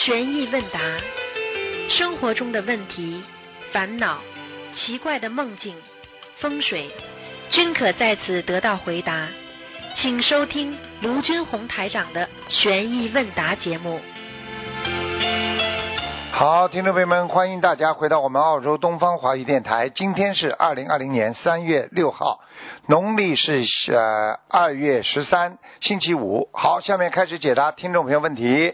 悬疑问答，生活中的问题、烦恼、奇怪的梦境、风水，均可在此得到回答。请收听卢军红台长的悬疑问答节目。 好，听众朋友们，欢迎大家回到我们澳洲东方华语电台。今天是2020年3月6号，农历是2月13，星期五。好，下面开始解答听众朋友问题。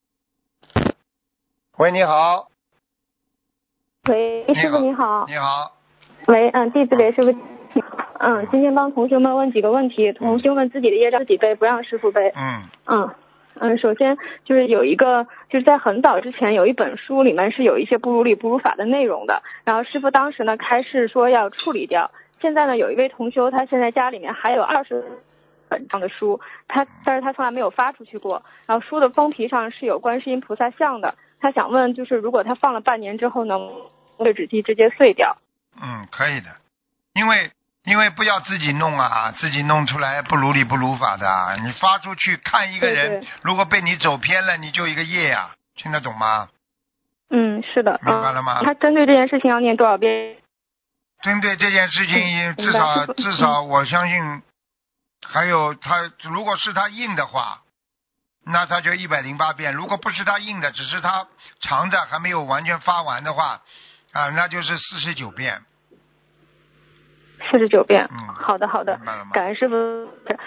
喂，你好。 喂，师傅你好。 你好。 喂，弟子给师傅。今天帮同学们问几个问题，同学们自己的业障自己背，不让师傅背。首先就是有一个，就是在很早之前有一本书里面是有一些不如理不如法的内容的，然后师傅当时呢开示说要处理掉。现在呢有一位同修，他现在家里面还有20本这样的书，但是他从来没有发出去过。然后书的封皮上是有观世音菩萨像的，他想问就是如果他放了半年之后能对纸机直接碎掉？ 可以的，因为不要自己弄啊，自己弄出来不如理不如法的。你发出去看一个人， 对， 如果被你走偏了，你就一个业呀，听得懂吗？ 是的。 明白了吗？ 他针对这件事情要念多少遍？ 针对这件事情，至少我相信，还有他如果是他印的话，那他就108遍；如果不是他印的，只是他长的还没有完全发完的话，那就是49遍。 49遍。好的，感恩师傅。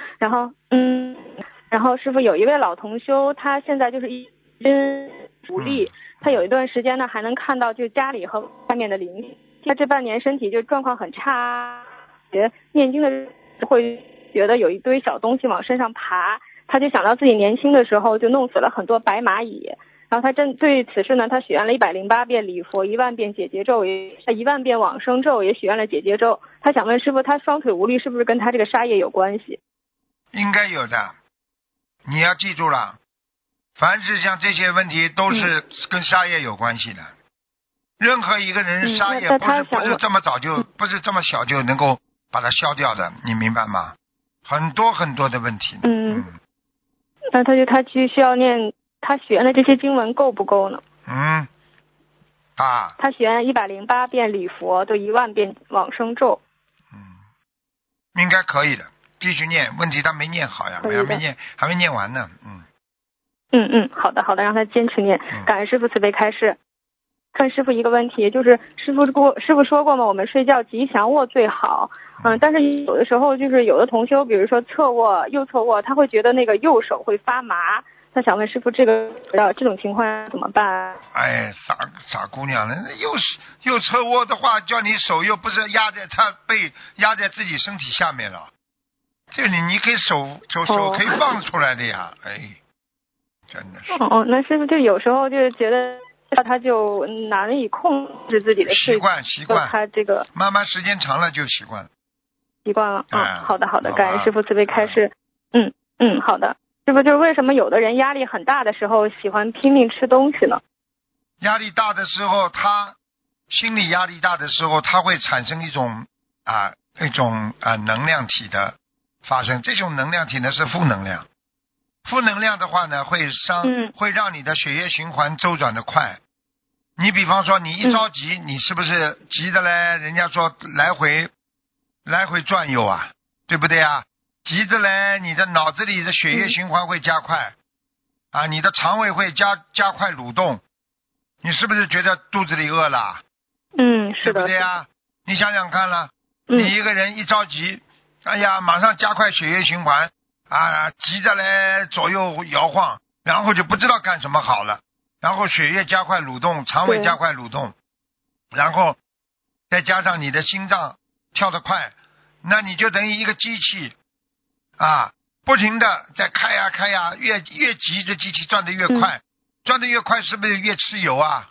然后师傅有一位老同修，他现在就是一身无力，他有一段时间呢还能看到就家里和外面的灵性，他这半年身体就状况很差，念经的会觉得有一堆小东西往身上爬，他就想到自己年轻的时候就弄死了很多白蚂蚁。然后他针对此事呢，他许愿了108遍礼佛，10000遍解结咒，10000遍往生咒，也许愿了解结咒。他想问师傅，他双腿无力是不是跟他这个杀业有关系？ 应该有的，你要记住了，凡是像这些问题都是跟杀业有关系的。任何一个人杀业不是这么早就不是这么小就能够把它消掉的，你明白吗？很多很多的问题。 那他就需要念。他许愿的这些经文够不够呢？他许愿108遍礼佛，就10000遍往生咒。 应该可以的，继续念。问题他没念好呀，还没念完呢。 好的，让他坚持念。感恩师父慈悲开示。问师父一个问题，就是师父说过吗？我们睡觉吉祥卧最好。但是有的时候就是有的同修，比如说右侧卧，他会觉得那个右手会发麻。他想问师傅，这种情况怎么办？ 傻姑娘了，右侧卧的话，叫你手又不是压在他背，压在自己身体下面了。这里你可以手可以放出来的呀，真的是。 那师傅就有时候就觉得他就难以控制自己的习惯， 他这个慢慢时间长了就习惯了。 好的，感恩师傅慈悲开示。好的。师傅，就是为什么有的人压力很大的时候喜欢拼命吃东西呢？ 压力大的时候，他心理压力大的时候，他会产生一种能量体的发生。这种能量体呢是负能量，负能量的话呢会让你的血液循环周转的快。你比方说你一着急，你是不是急的嘞？人家说来回转悠啊，对不对啊？急着嘞，你的脑子里的血液循环会加快，你的肠胃会加快蠕动，你是不是觉得肚子里饿了？ 是的， 对不对啊？你想想看了，你一个人一着急，马上加快血液循环急着嘞左右摇晃，然后就不知道干什么好了，然后血液加快蠕动，肠胃加快蠕动，然后再加上你的心脏跳得快，那你就等于一个机器。不停的在开呀，越急这机器转得越快，转得越快是不是越吃油啊？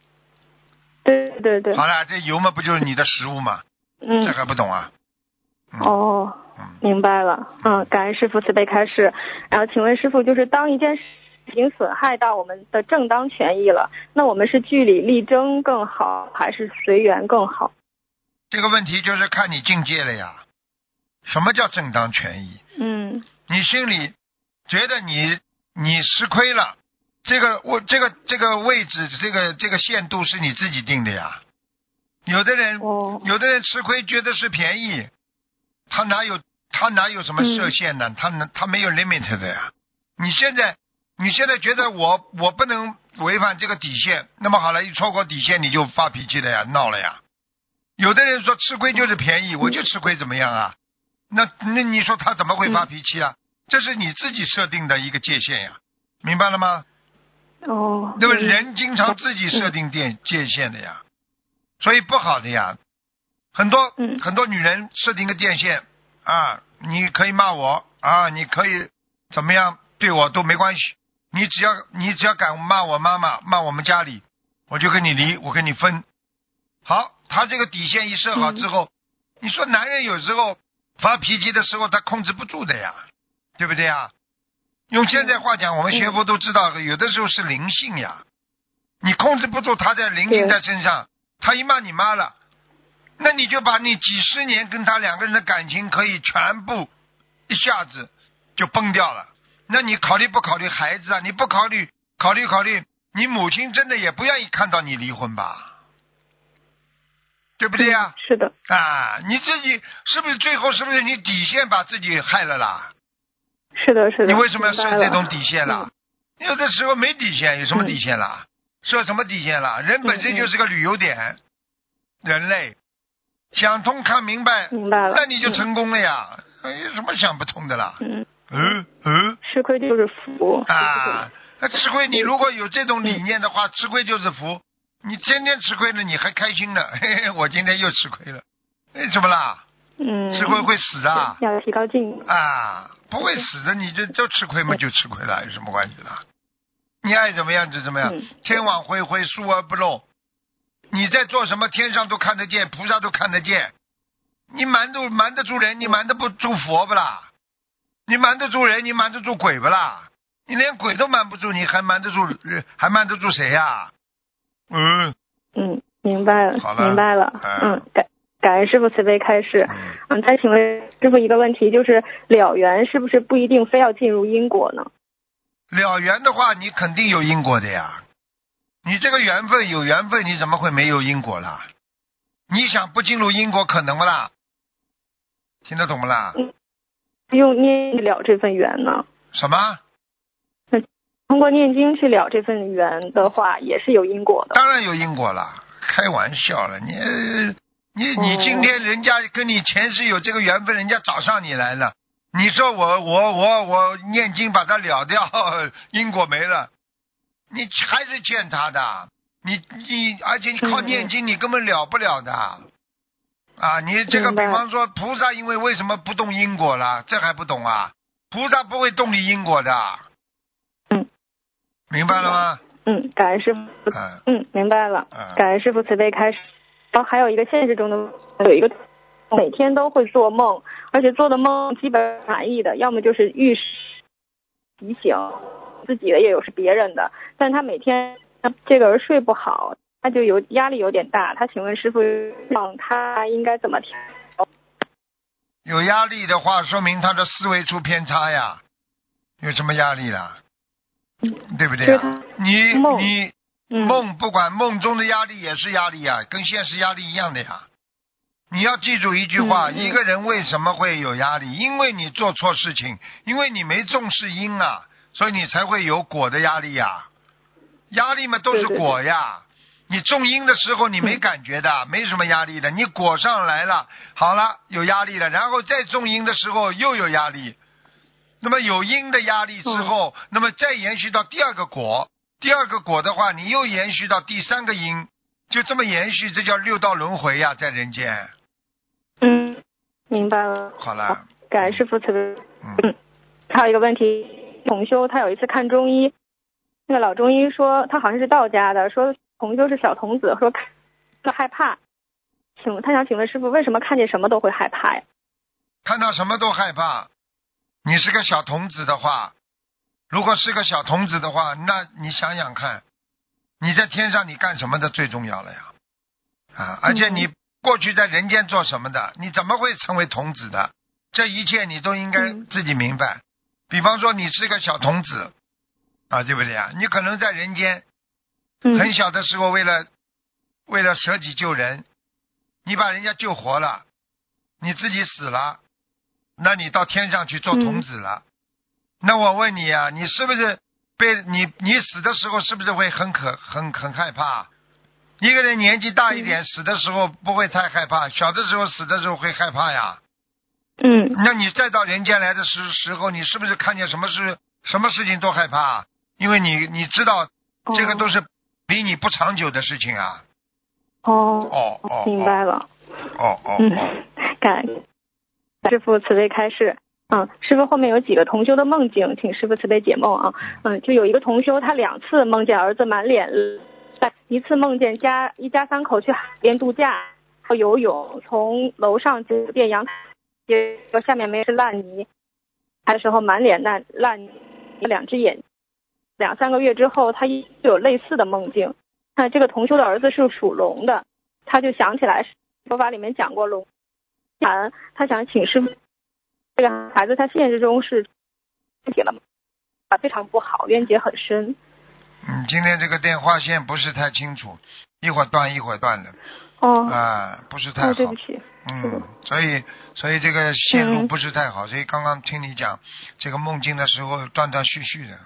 对。 好了，这油嘛不就是你的食物嘛？这还不懂啊？ 明白了。感恩师父慈悲开示。然后请问师父，就是当一件事情损害到我们的正当权益了，那我们是据理力争更好，还是随缘更好？ 这个问题就是看你境界了呀。什么叫正当权益？你心里觉得你吃亏了， 这个位置，这个限度是你自己定的呀。有的人吃亏觉得是便宜，他哪有什么设限呢？他没有 limit 的呀。你现在觉得我不能违反这个底线，那么好了，一超过底线你就发脾气了呀，闹了呀。有的人说吃亏就是便宜，我就吃亏怎么样啊？那你说他怎么会发脾气啊？这是你自己设定的一个界限呀，明白了吗？那么人经常自己设定界限的呀，所以不好的呀。很多女人设定个界限啊，你可以骂我啊，你可以怎么样对我都没关系，你只要敢骂我妈妈，骂我们家里，我就跟你离，我跟你分。好，他这个底线一设好之后，你说男人有时候发脾气的时候他控制不住的呀，对不对呀？用现在话讲，我们学佛都知道，有的时候是灵性呀，你控制不住他的灵性在身上，他一骂你妈了，那你就把你几十年跟他两个人的感情可以全部一下子就崩掉了。那你考虑不考虑孩子啊？你不考虑，你母亲真的也不愿意看到你离婚吧？对不对呀？ 是的。 啊，你自己是不是最后是不是你底线把自己害了啦？ 是的。 你为什么要设这种底线啦？有的时候没底线，有什么底线啦？设什么底线啦？人本身就是个旅游点，人类想通看明白了，那你就成功了呀。有什么想不通的啦？ 吃亏就是福啊！那吃亏，你如果有这种理念的话，吃亏就是福。你天天吃亏了，你还开心呢？嘿嘿，我今天又吃亏了，怎么啦？吃亏会死的， 要提高境界啊，不会死的，你就吃亏嘛，就吃亏了，有什么关系啦？你爱怎么样就怎么样，天网恢恢，疏而不漏。你在做什么，天上都看得见，菩萨都看得见。你瞒得住人，你瞒得不住佛不啦？你瞒得住人，你瞒得住鬼不啦？你连鬼都瞒不住，你还瞒得住谁呀？ 明白了，明白了。感恩师父慈悲开示。再请问师父一个问题，就是了缘是不是不一定非要进入因果呢？ 了缘的话，你肯定有因果的呀。你这个缘分有缘分，你怎么会没有因果啦？你想不进入因果可能不啦？听得懂不啦？ 用念了这份缘呢？ 什么？ 通过念经去了这份缘的话，也是有因果的。 当然有因果了，开玩笑了。你今天人家跟你前世有这个缘分，人家找上你来了，你说我念经把它了掉，因果没了，你还是欠他的。而且你靠念经你根本了不了的。啊，你这个比方说菩萨因为为什么不动因果了？这还不懂啊？菩萨不会动你因果的。明白了吗？ 感恩师父。明白了。感恩师父慈悲开示。还有一个现实中的有一个每天都会做梦，而且做的梦基本满意的，要么就是预示提醒自己的，也有是别人的，但他每天这个人睡不好，他就有压力有点大。他请问师父，让他应该怎么调？ 有压力的话，说明他的思维出偏差呀。有什么压力啦？对不对呀？你梦不管梦中的压力也是压力呀，跟现实压力一样的呀。你要记住一句话，一个人为什么会有压力？因为你做错事情，因为你没重视因啊，所以你才会有果的压力呀。压力嘛都是果呀。你种因的时候你没感觉的，没什么压力的。你果上来了，好了，有压力了，然后再种因的时候又有压力。那么有因的压力之后，那么再延续到第二个果，第二个果的话，你又延续到第三个因，就这么延续，这叫六道轮回呀，在人间。 明白了。 好了， 感恩师父慈悲。还有一个问题，同修他有一次看中医，那个老中医说他好像是道家的，说同修是小童子，说看了害怕。他想请问师父，为什么看见什么都会害怕呀？ 看到什么都害怕。你是个小童子的话，如果是个小童子的话，那你想想看，你在天上你干什么的最重要了呀？而且你过去在人间做什么的，你怎么会成为童子的？这一切你都应该自己明白。比方说你是个小童子啊，对不对啊？你可能在人间很小的时候为了舍己救人，你把人家救活了，你自己死了，那你到天上去做童子了。那我问你啊，你是不是被你死的时候是不是会很害怕？一个人年纪大一点，死的时候不会太害怕，小的时候死的时候会害怕呀。那你再到人间来的时候，你是不是看见什么事情都害怕？因为你知道这个都是离你不长久的事情啊。 明白了。感恩师父慈悲开示。师父后面有几个同修的梦境，请师父慈悲解梦啊。就有一个同修，他2次梦见儿子满脸，一次梦见一家3口去海边度假游泳，从楼上酒店阳台下面没是烂泥，的时候满脸烂泥，2只眼，2、3个月之后他又有类似的梦境。那这个同修的儿子是属龙的，他就想起来佛法里面讲过龙，他想请师父，这个孩子他现实中是解了非常不好，冤结很深。 今天这个电话线不是太清楚，一会儿断一会儿断的。不是太好。 对不起。 所以这个线路不是太好，所以刚刚听你讲这个梦境的时候断断续续的。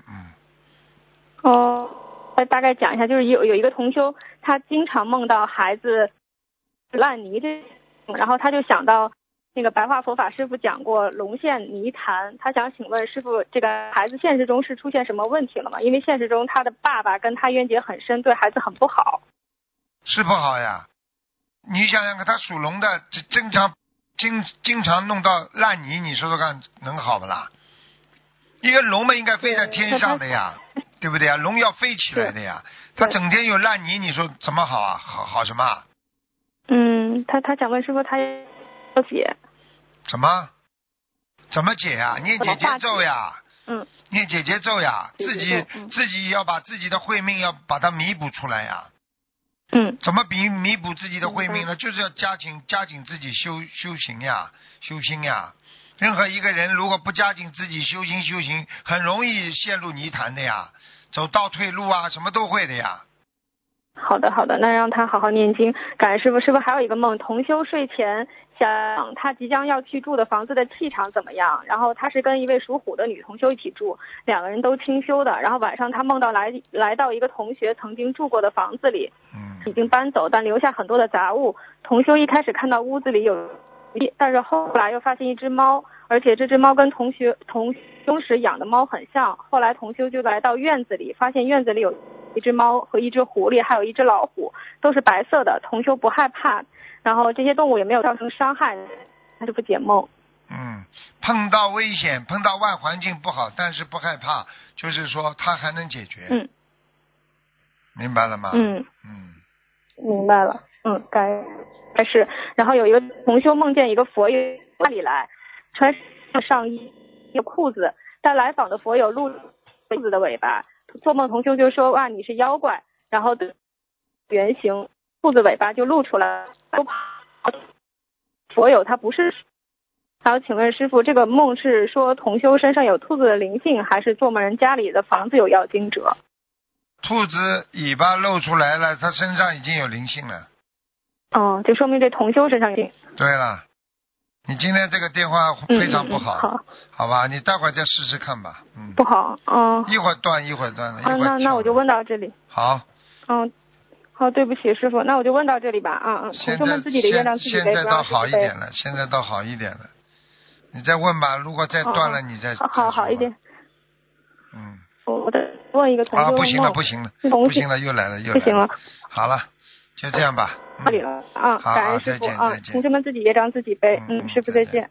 大概讲一下，就是有一个同修，他经常梦到孩子烂泥然后他就想到那个白话佛法师父讲过龙现泥潭，他想请问师父，这个孩子现实中是出现什么问题了吗？因为现实中他的爸爸跟他冤结很深，对孩子很不好。 是不好呀，你想想看，他属龙的，经常弄到烂泥，你说说看能好不啦？一个龙嘛应该飞在天上的呀，对不对呀？龙要飞起来的呀，他整天有烂泥，你说怎么好啊？好什么？ 他想问师父，他要解怎么解呀？念姐姐咒呀，念姐姐咒呀，自己要把自己的慧命要把它弥补出来呀。怎么弥补自己的慧命呢？就是要加紧自己修行呀，修心呀。任何一个人如果不加紧自己修行，很容易陷入泥潭的呀，走倒退路啊，什么都会的呀。 好的，那让他好好念经。感恩师父。师父还有一个梦，同修睡前想他即将要去住的房子的气场怎么样，然后他是跟一位属虎的女同修一起住，2个人都清修的，然后晚上他梦到来到一个同学曾经住过的房子里，已经搬走，但留下很多的杂物。同修一开始看到屋子里有，但是后来又发现一只猫，而且这只猫跟同修时养的猫很像。后来同修就来到院子里，发现院子里有一只猫和一只狐狸，还有一只老虎，都是白色的。同修不害怕，然后这些动物也没有造成伤害，他就不解梦。 碰到危险，碰到外环境不好，但是不害怕，就是说他还能解决。明白了吗？ 明白了。开始。然后有一个同修梦见一个佛友家里来，穿上衣裤子，但来访的佛友露兔子的尾巴。做梦同修就说，哇，你是妖怪，然后原型兔子尾巴就露出来，都跑。佛友他不是。还有请问师父，这个梦是说同修身上有兔子的灵性，还是做梦人家里的房子有妖精者？ 兔子尾巴露出来了，他身上已经有灵性了。 就说明这同修身上有灵性。 对了，你今天这个电话非常不好。好吧，你待会儿再试试看吧。 不好。 一会儿断一会儿断的。 那我就问到这里。 好。 好，对不起师父，那我就问到这里吧。同修们自己的业障自己背。 现在倒好一点了，你再问吧，如果再断了，你再好一点。我再问一个同修不行了，又来了。 不行了。 好了，就这样吧。 这里了。感恩师父。同修们自己业障自己背。师父再见。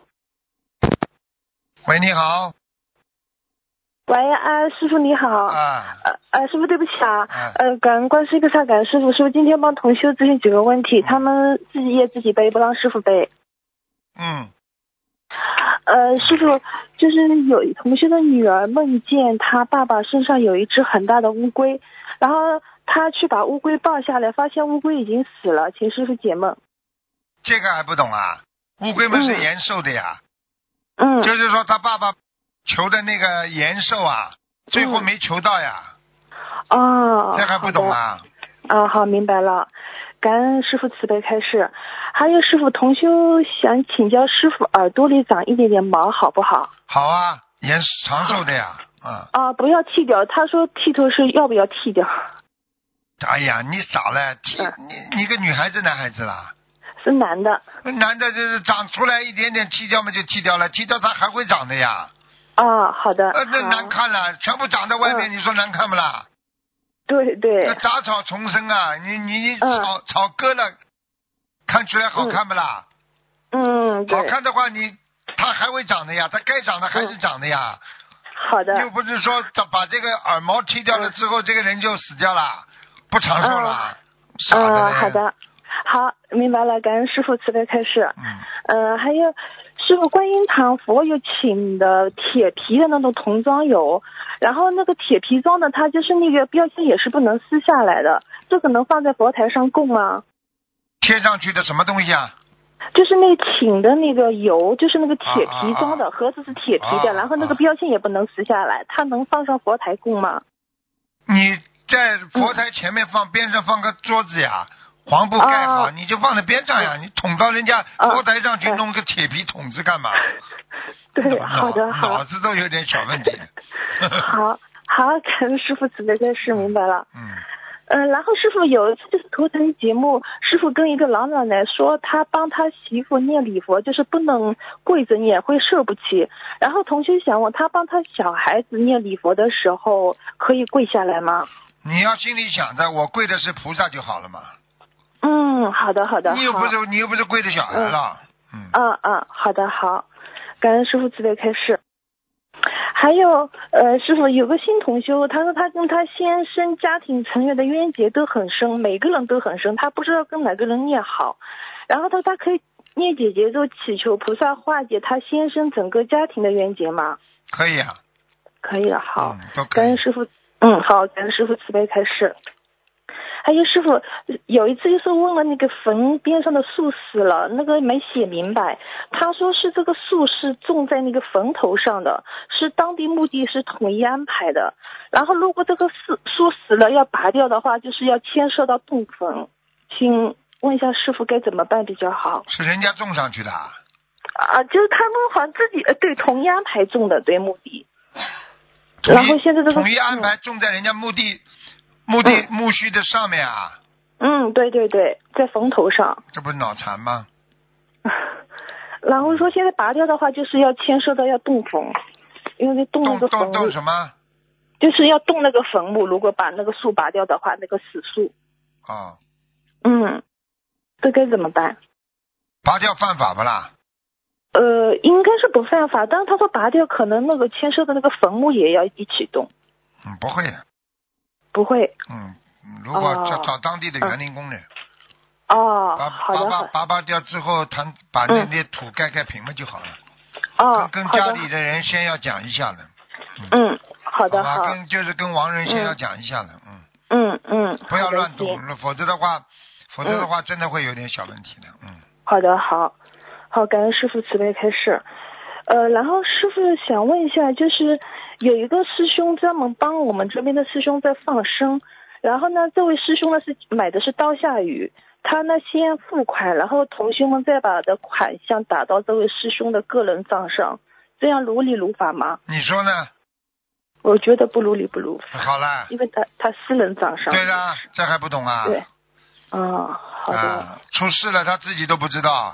喂，你好。 喂，师父你好。师父对不起感恩观世音菩萨，感恩师父。师父今天帮同修咨询几个问题，他们自己业自己背，不让师父背。师父，就是有同修的女儿梦见她爸爸身上有一只很大的乌龟，然后她去把乌龟抱下来，发现乌龟已经死了，请师父解梦。 这个还不懂啊？乌龟们是延寿的呀。就是说他爸爸求的那个延寿啊， 最后没求到呀。 哦， 这还不懂啊？ 好，明白了。感恩师父慈悲开示。还有师父，同修想请教师父，耳朵里长一点点毛好不好？ 好啊，也是长寿的呀。 不要剃掉。他说剃头是要不要剃掉？ 哎呀，你傻了，你个女孩子男孩子啦？ 是男的。 男的就是长出来一点点，剃掉嘛就剃掉了，剃掉它还会长的呀。 好的。 那难看了，全部长在外面，你说难看不啦？ 对对。 那杂草丛生啊，你草割了，看出来好看不啦？好看的话它还会长的呀，它该长的还是长的呀。 好的。 又不是说把这个耳毛剃掉了之后，这个人就死掉了，不长寿了。傻的嘞。 好的。好，明白了，感恩师父慈悲开示。还有师父，观音堂佛有请的铁皮的那种童装有，然后那个铁皮装的，它就是那个标签也是不能撕下来的，这个能放在佛台上供吗？ 贴上去的什么东西啊？ 就是那请的那个油，就是那个铁皮装的，盒子是铁皮的，然后那个标签也不能撕下来，它能放上佛台供吗？ 你在佛台前面放，边上放个桌子呀。黄布盖好，你就放在边上呀，你捅到人家佛台上去弄个铁皮桶子干嘛？ 对，好的，好， 脑子都有点小问题。 好，感恩师父慈悲开示，明白了。然后师父有一次就是图腾节目，师父跟一个老奶奶说，他帮他媳妇念礼佛，就是不能跪着念，会受不起。然后同学想问他帮他小孩子念礼佛的时候，可以跪下来吗？ 你要心里想着，我跪的是菩萨就好了嘛。 好的。 你又不是跪着小孩了。 好的，好，感恩师父慈悲开示。还有师父有个新同修，他说他跟他先生家庭成员的冤结都很深，每个人都很深，他不知道跟哪个人念好。然后他可以念姐姐咒祈求菩萨化解他先生整个家庭的冤结吗？ 可以啊。 可以了，好， 都可以。 感恩师父。好，感恩师父慈悲开示。还有师傅有一次就是问了那个坟边上的树死了，那个没写明白，他说是这个树是种在那个坟头上的，是当地墓地是统一安排的，然后如果这个树死了要拔掉的话，就是要牵涉到动坟，请问一下师傅该怎么办比较好？ 是人家种上去的就是他们好像自己对统一安排种的，对墓地，然后现在这个统一安排种在人家墓地墓须的上面啊。 对，在坟头上。 这不是脑残吗？ 然后说现在拔掉的话，就是要牵涉到要动坟，因为动那个坟墓。 动什么？ 就是要动那个坟墓，如果把那个树拔掉的话，那个死树。这该怎么办？ 拔掉犯法不啦？ 应该是不犯法，但是他说拔掉可能那个牵涉的那个坟墓也要一起动。 不会的。 不会。 如果找当地的园林工人。 好的。 拔掉之后，把那些土盖平了就好了。跟家里的人先要讲一下的。 好的。 好。跟亡人先要讲一下的。不要乱动，否则的话真的会有点小问题的。 好的，好，感恩师父慈悲开示。然后师父想问一下，就是有一个师兄专门帮我们这边的师兄在放生，然后呢，这位师兄呢是买的是刀下鱼，他呢先付款，然后同学们再把的款项打到这位师兄的个人账上，这样如理如法吗？ 你说呢？ 我觉得不如理不如法。 好了， 因为他私人账上。 对的，这还不懂啊？ 对。好的。 出事了他自己都不知道。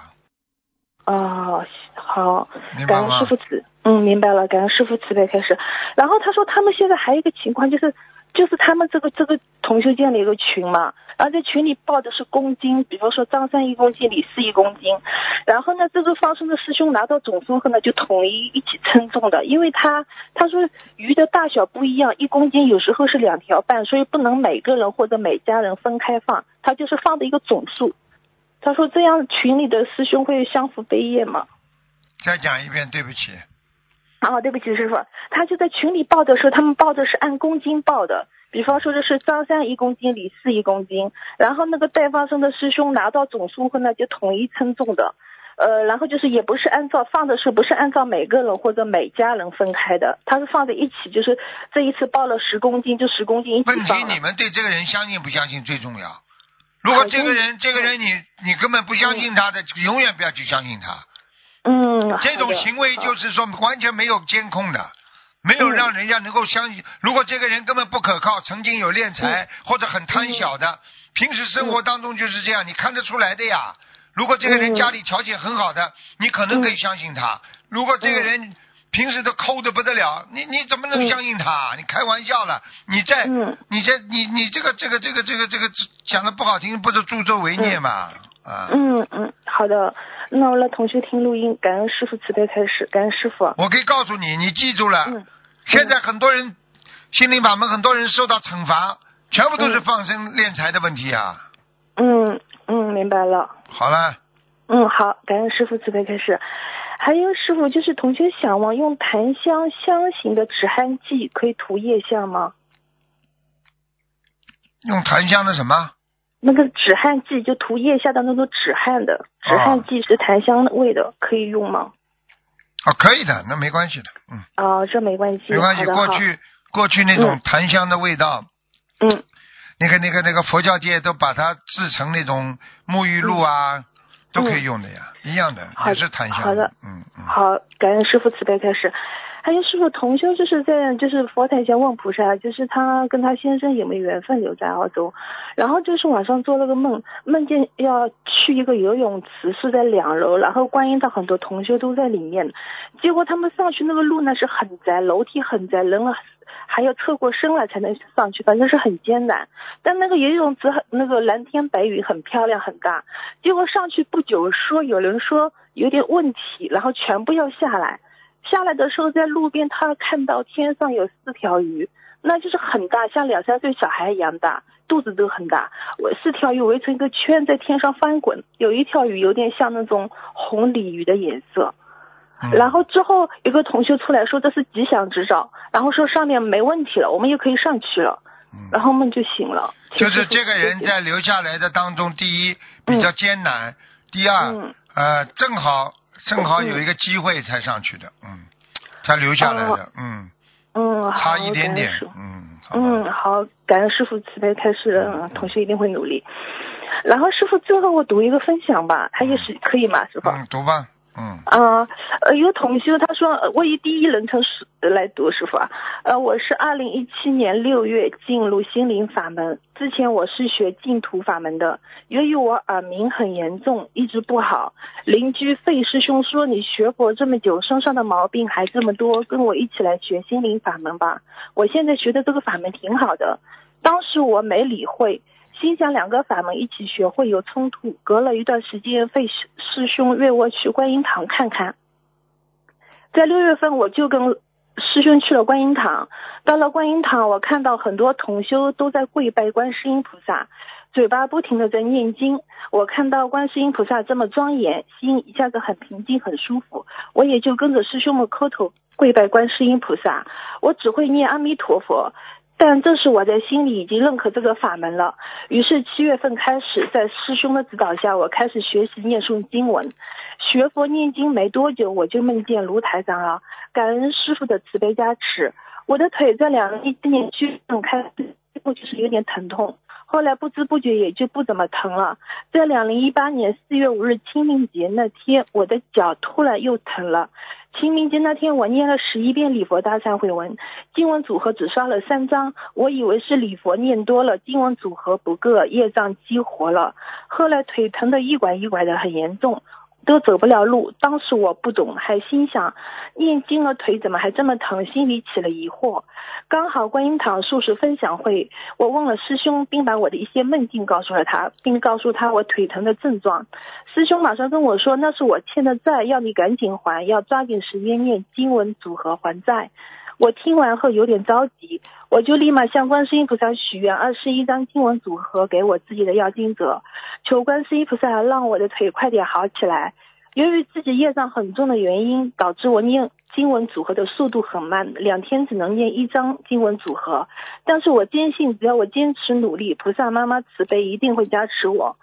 好，感恩师父明白了，感恩师父慈悲开始。然后他说他们现在还有一个情况就是他们这个同修建了一个群嘛，然后在群里报的是公斤，比方说张三1公斤，李四1公斤，然后呢这个放生的师兄拿到总数后呢就统一一起称重的，因为他说鱼的大小不一样，1公斤有时候是2条半，所以不能每个人或者每家人分开放，他就是放的一个总数。他说这样群里的师兄会相互背业吗？ 再讲一遍，对不起。 对不起师傅，他就在群里报的时候，他们报的是按公斤报的，比方说的是张三1公斤，李四1公斤，然后那个带放生的师兄拿到总数后呢就统一称重的。 然后就是也不是按照放的是不是按照每个人或者每家人分开的，他是放在一起，就是这一次报了10公斤就10公斤一起放了。 问题你们对这个人相信不相信最重要。如果这个人你根本不相信他的，永远不要去相信他。这种行为就是说完全没有监控的，没有让人家能够相信。如果这个人根本不可靠，曾经有敛财或者很贪小的，平时生活当中就是这样，你看得出来的呀。如果这个人家里条件很好的，你可能可以相信他。如果这个人平时都抠得不得了，你怎么能相信他？你开玩笑了，你这个讲的不好听，不是助纣为虐吗？ 好的，那我让同学听录音，感恩师父慈悲开始，感恩师父。 我可以告诉你，你记住了，现在很多人心灵法门，很多人受到惩罚，全部都是放生敛财的问题啊。 明白了。 好了。 好，感恩师父慈悲开始。还有师父，就是同学想问，用檀香香型的止汗剂可以涂腋下吗？ 用檀香的什么？ 那个止汗剂，就涂腋下的那种止汗的止汗剂是檀香味的，可以用吗？ 可以的，那没关系的。 这没关系。 没关系，过去那种檀香的味道。那个佛教界都把它制成那种沐浴露啊，都可以用的呀，一样的，也是檀香。 好的，好，感恩师父慈悲开始。还有师父，同修就是在佛台前问菩萨，就是他跟他先生有没有缘分留在澳洲，然后就是晚上做了个梦见要去一个游泳池，是在2楼，然后观音堂很多同修都在里面，结果他们上去那个路呢是很窄，楼梯很窄，人了还要侧过身来才能上去，反正是很艰难。但那个游泳池那个蓝天白云很漂亮很大，结果上去不久有人说有点问题，然后全部要下来的时候，在路边他看到天上有4条鱼，那就是很大，像2、3岁小孩一样大，肚子都很大。4条鱼围成一个圈在天上翻滚，有一条鱼有点像那种红鲤鱼的颜色。然后之后有个同学出来说这是吉祥之兆，然后说上面没问题了，我们也可以上去了。然后我们就醒了。 就是这个人在留下来的当中，第一比较艰难，第二正好有一个机会才上去的，才留下来的，差一点点， 好，感恩师父慈悲开示，同学一定会努力。然后师父最后我读一个分享吧，他也是可以吗，师父？ 读吧。 有同学他说，我以第一人称来读，师父我是2017年6月进入心灵法门，之前我是学净土法门的，由于我耳鸣很严重，一直不好，邻居费师兄说你学佛这么久，身上的毛病还这么多，跟我一起来学心灵法门吧。我现在学的这个法门挺好的，当时我没理会，心想2个法门一起学会有冲突，隔了一段时间费师兄约我去观音堂看看，在6月份我就跟师兄去了观音堂。到了观音堂，我看到很多同修都在跪拜观世音菩萨，嘴巴不停的在念经。我看到观世音菩萨这么庄严，心一下子很平静很舒服，我也就跟着师兄们磕头跪拜观世音菩萨。我只会念阿弥陀佛，但这时我在心里已经认可这个法门了。于是7月份开始，在师兄的指导下，我开始学习念诵经文。学佛念经没多久，我就梦见卢台长了，感恩师父的慈悲加持。我的腿在2017年7月份开始就是有点疼痛，后来不知不觉也就不怎么疼了。在2018年4月5日清明节那天，我的脚突然又疼了。清明节那天我念了11遍礼佛大忏悔文，经文组合只刷了3张，我以为是礼佛念多了，经文组合不够，业障激活了。后来腿疼的一拐一拐的很严重，都走不了路。当时我不懂，还心想念经了腿怎么还这么疼，心里起了疑惑。刚好观音堂素食分享会，我问了师兄，并把我的一些梦境告诉了他，并告诉他我腿疼的症状。师兄马上跟我说，那是我欠的债，要你赶紧还，要抓紧时间念经文组合还债。我听完后有点着急，我就立马向观世音菩萨许愿21张经文组合给我自己的要经者，求观世音菩萨让我的腿快点好起来。由于自己业障很重的原因，导致我念经文组合的速度很慢，2天只能念1张经文组合。但是我坚信只要我坚持努力，菩萨妈妈慈悲一定会加持我。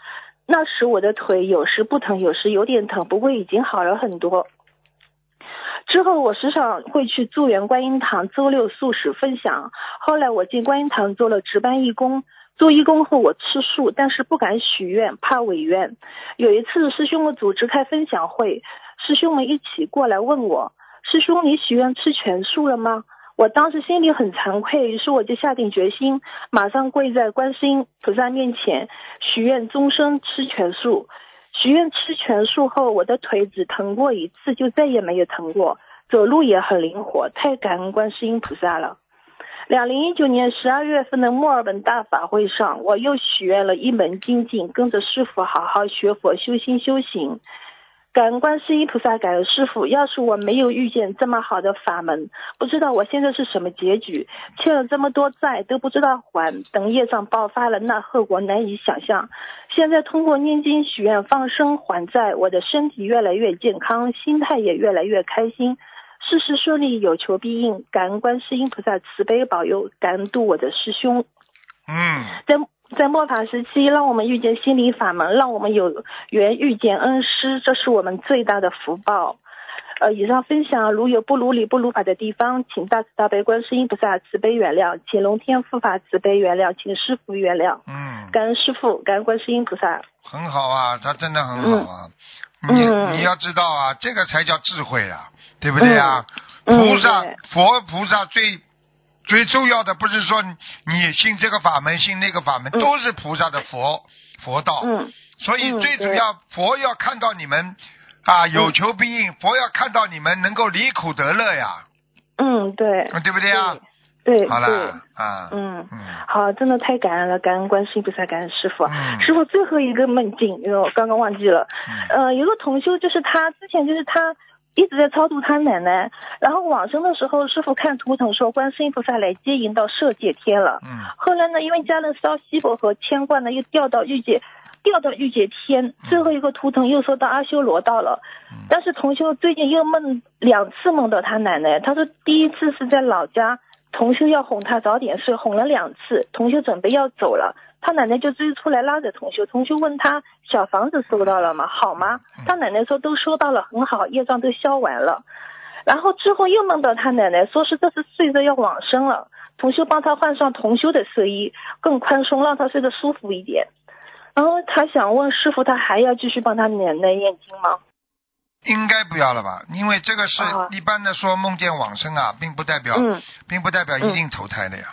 那时我的腿有时不疼，有时有点疼，不过已经好了很多。之后我时常会去助缘观音堂周六素食分享，后来我进观音堂做了值班义工，做义工后我吃素，但是不敢许愿，怕违愿。有一次师兄们组织开分享会，师兄们一起过来问我，师兄你许愿吃全素了吗？我当时心里很惭愧，于是我就下定决心，马上跪在观世音菩萨面前许愿终生吃全素。许愿吃全素后，我的腿只疼过一次，就再也没有疼过，走路也很灵活，太感恩观世音菩萨了。2019年12月份的墨尔本大法会上，我又许愿了一门精进，跟着师父好好学佛修心修行。感恩观世音菩萨，感恩师父，要是我没有遇见这么好的法门，不知道我现在是什么结局，欠了这么多债都不知道还，等业障爆发了，那后果难以想象。现在通过念经许愿放生还债，我的身体越来越健康，心态也越来越开心，事事顺利，有求必应。感恩观世音菩萨慈悲保佑，感恩度我的师兄。在末法时期，让我们遇见心灵法门，让我们有缘遇见恩师，这是我们最大的福报。以上分享如有不如理不如法的地方，请大慈大悲观世音菩萨慈悲原谅，请龙天护法慈悲原谅，请师父原谅。感恩师父，感恩观世音菩萨。 很好啊，他真的很好啊。你要知道啊，这个才叫智慧啊，对不对啊？菩萨佛菩萨最重要的不是说你信这个法门信那个法门，都是菩萨的佛道。所以最主要佛要看到你们有求必应，佛要看到你们能够离苦得乐呀。对不对啊？ 对， 好了好，真的太感恩了，感恩观世音菩萨，感恩师父。师父最后一个梦境，我刚刚忘记了。有个同修，就是他之前就是他一直在超度他奶奶，然后往生的时候，师父看图腾说观世音菩萨来接引到色界天了。后来呢，因为家人烧锡箔和牵挂呢，又掉到欲界天，最后一个图腾又说到阿修罗道了。但是同修最近又2次梦到他奶奶，他说第一次是在老家，同修要哄他早点睡，哄了2次，同修准备要走了，他奶奶就追出来拉着同修，同修问他小房子收到了吗？好吗？他奶奶说都收到了，很好，业障都消完了。然后之后又梦到他奶奶，说是这次睡着要往生了，同修帮他换上同修的睡衣，更宽松，让他睡得舒服一点。然后他想问师父，他还要继续帮他奶奶念经吗？ 应该不要了吧，因为这个是一般的说梦见往生啊，并不代表一定投胎的呀。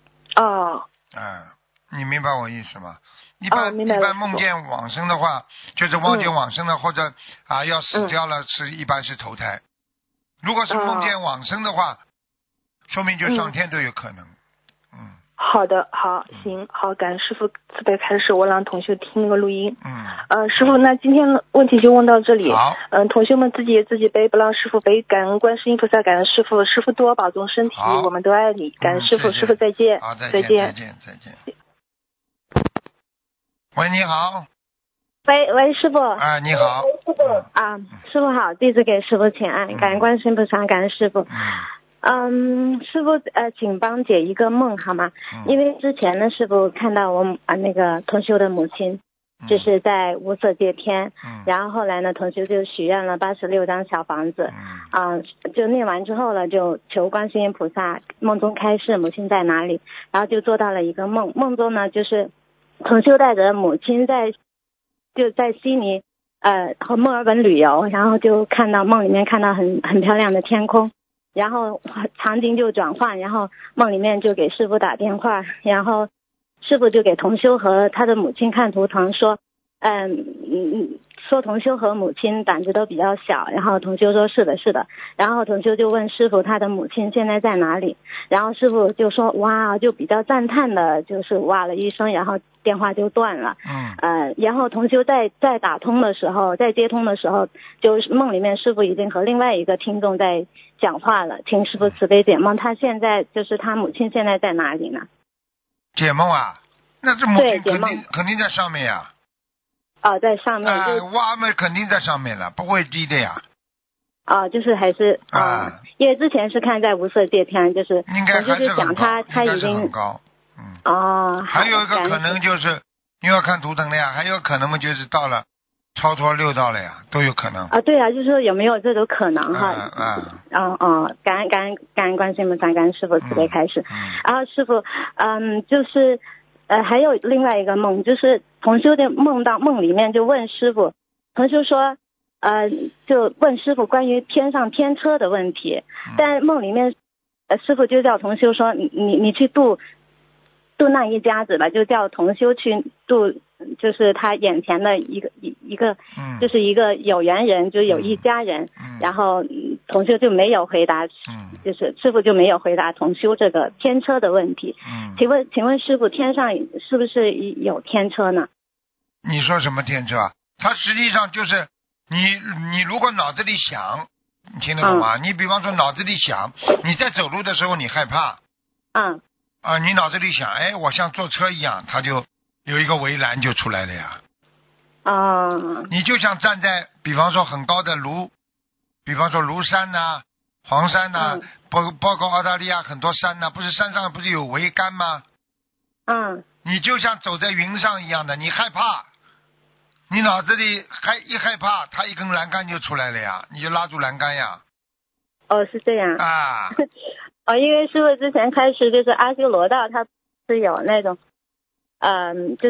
你明白我意思吗？一般梦见往生的话，就是梦见往生的，或者要死掉了，一般是投胎。如果是梦见往生的话，说明就上天都有可能。 好的，好，行，好，感恩师父慈悲开示，我让同学听那个录音。师父，那今天问题就问到这里。 好。 同学们自己背，不让师父背。感恩观世音菩萨，感恩师父，师父多保重身体，我们都爱你。感恩师父，师父再见。 好，再见。喂，你好。 喂，师父。 你好。 师父好，弟子给师父请安，感恩观世音菩萨，感恩师父。师父，请帮解一个梦好吗？因为之前呢，师父看到我那个同修的母亲，就是在无色界天，然后后来呢，同修就许愿了86张小房子，就念完之后了，就求观世音菩萨梦中开示母亲在哪里，然后就做到了一个梦，梦中呢就是同修带着母亲在悉尼和墨尔本旅游，然后就梦里面看到很漂亮的天空。然后场景就转换，然后梦里面就给师父打电话，然后师父就给同修和他的母亲看图腾，说同修和母亲胆子都比较小，然后同修说是的，然后同修就问师父他的母亲现在在哪里，然后师父就说哇，就比较赞叹的就是哇了一声，然后电话就断了。然后同修在打通的时候，在接通的时候，就是梦里面师父已经和另外一个听众在讲话了，请师父慈悲解梦，他现在就是他母亲现在在哪里呢？ 解梦啊？那这母亲肯定在上面呀。 在上面。 挖嘛肯定在上面了，不会低的呀。 就是还是因为之前是看在无色界天，就是应该还是讲他已经很高。还有一个可能就是又要看图腾了呀，还有可能嘛，就是到了超脱六道了呀，都有可能。 啊，对啊，就是说有没有这种可能哈？感恩观世音菩萨，感恩师傅慈悲开始。然后师傅，就是还有另外一个梦，就是同修的梦里面就问师傅，同修说就问师傅关于天上天车的问题，但梦里面师傅就叫同修说你去度那一家子吧，就叫同修去度，就是他眼前的一个就是一个有缘人，就有一家人，然后同修就没有回答，就是师傅就没有回答同修这个天车的问题。请问师傅，天上是不是有天车呢？ 你说什么天车啊？它实际上就是你如果脑子里想，你听得懂吗？你比方说脑子里想，你在走路的时候你害怕，你脑子里想，哎，我像坐车一样，它就有一个围栏就出来了呀。你就像站在比方说很高的比方说庐山呐、黄山呐、包括澳大利亚很多山呐、不是山上不是有桅杆吗？你就像走在云上一样的，你害怕，你脑子里一害怕，它一根栏杆就出来了呀，你就拉住栏杆呀。 是这样啊。 因为师傅之前开始就是阿修罗道，它是有那种就是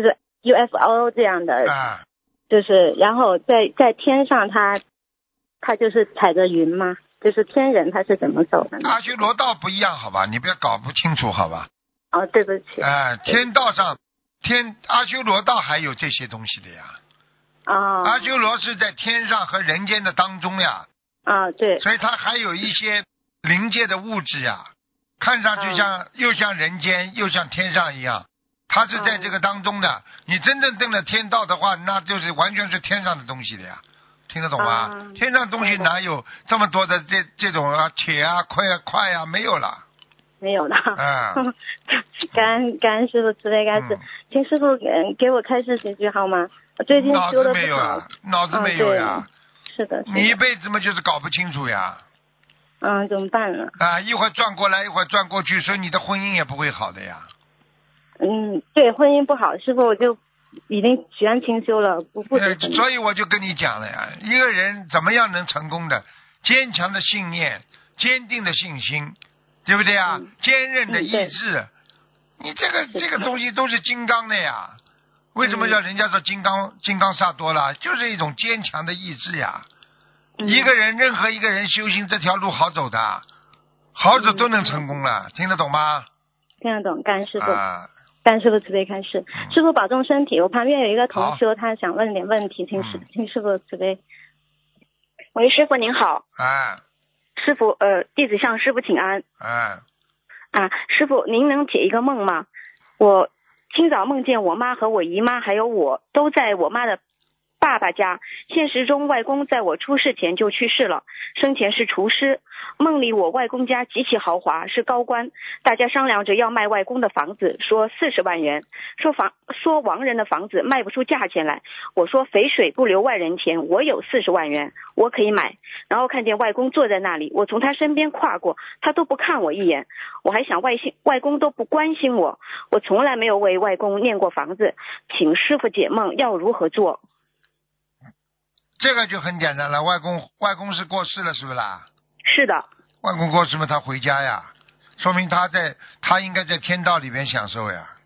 UFO 这样的，就是然后在天上他就是踩着云嘛，就是天人他是怎么走的呢？ 阿修罗道不一样，好吧，你不要搞不清楚，好吧。 对不起。 天道上阿修罗道还有这些东西的呀。阿修罗是在天上和人间的当中呀。 对。 所以它还有一些灵界的物质呀，看上去又像人间又像天上一样，它是在这个当中的。你真正登了天道的话，那就是完全是天上的东西的呀，听得懂吗？天上东西哪有这么多的这种铁啊块啊，没有了。 没有了。感恩师傅慈悲开示，请师傅给我开示几句好吗？我最近修的不好。 脑子没有呀。 是的。 你一辈子嘛就是搞不清楚呀。 怎么办呢？ 一会儿转过来一会儿转过去，所以你的婚姻也不会好的呀。 对，婚姻不好，师傅我就已经全清修了，不所以我就跟你讲了呀，一个人怎么样能成功的？坚强的信念，坚定的信心，对不对啊？坚韧的意志，你这个东西都是金刚的呀。为什么叫人家说金刚萨多了？就是一种坚强的意志呀。任何一个人修行这条路好走的，好走都能成功了，听得懂吗？ 听得懂，感恩师傅。感恩师傅慈悲开示，师傅保重身体。我旁边有一个同修，他想问点问题，请师傅慈悲。 喂，师傅您好。 师傅，弟子向师傅请安。师傅，您能解一个梦吗？我今早梦见我妈和我姨妈还有我都在我妈的爸爸家，现实中外公在我出世前就去世了，生前是厨师。梦里我外公家极其豪华，是高官，大家商量着要卖外公的房子，说40万元，说亡人的房子卖不出价钱来。我说肥水不流外人田，我有40万元，我可以买。然后看见外公坐在那里，我从他身边跨过，他都不看我一眼。我还想外公都不关心我，我从来没有为外公念过房子，请师傅解梦要如何做？ 这个就很简单了，外公是过世了，是不是啦？ 是的。 外公过世嘛，他回家呀，说明他应该在天道里边享受呀。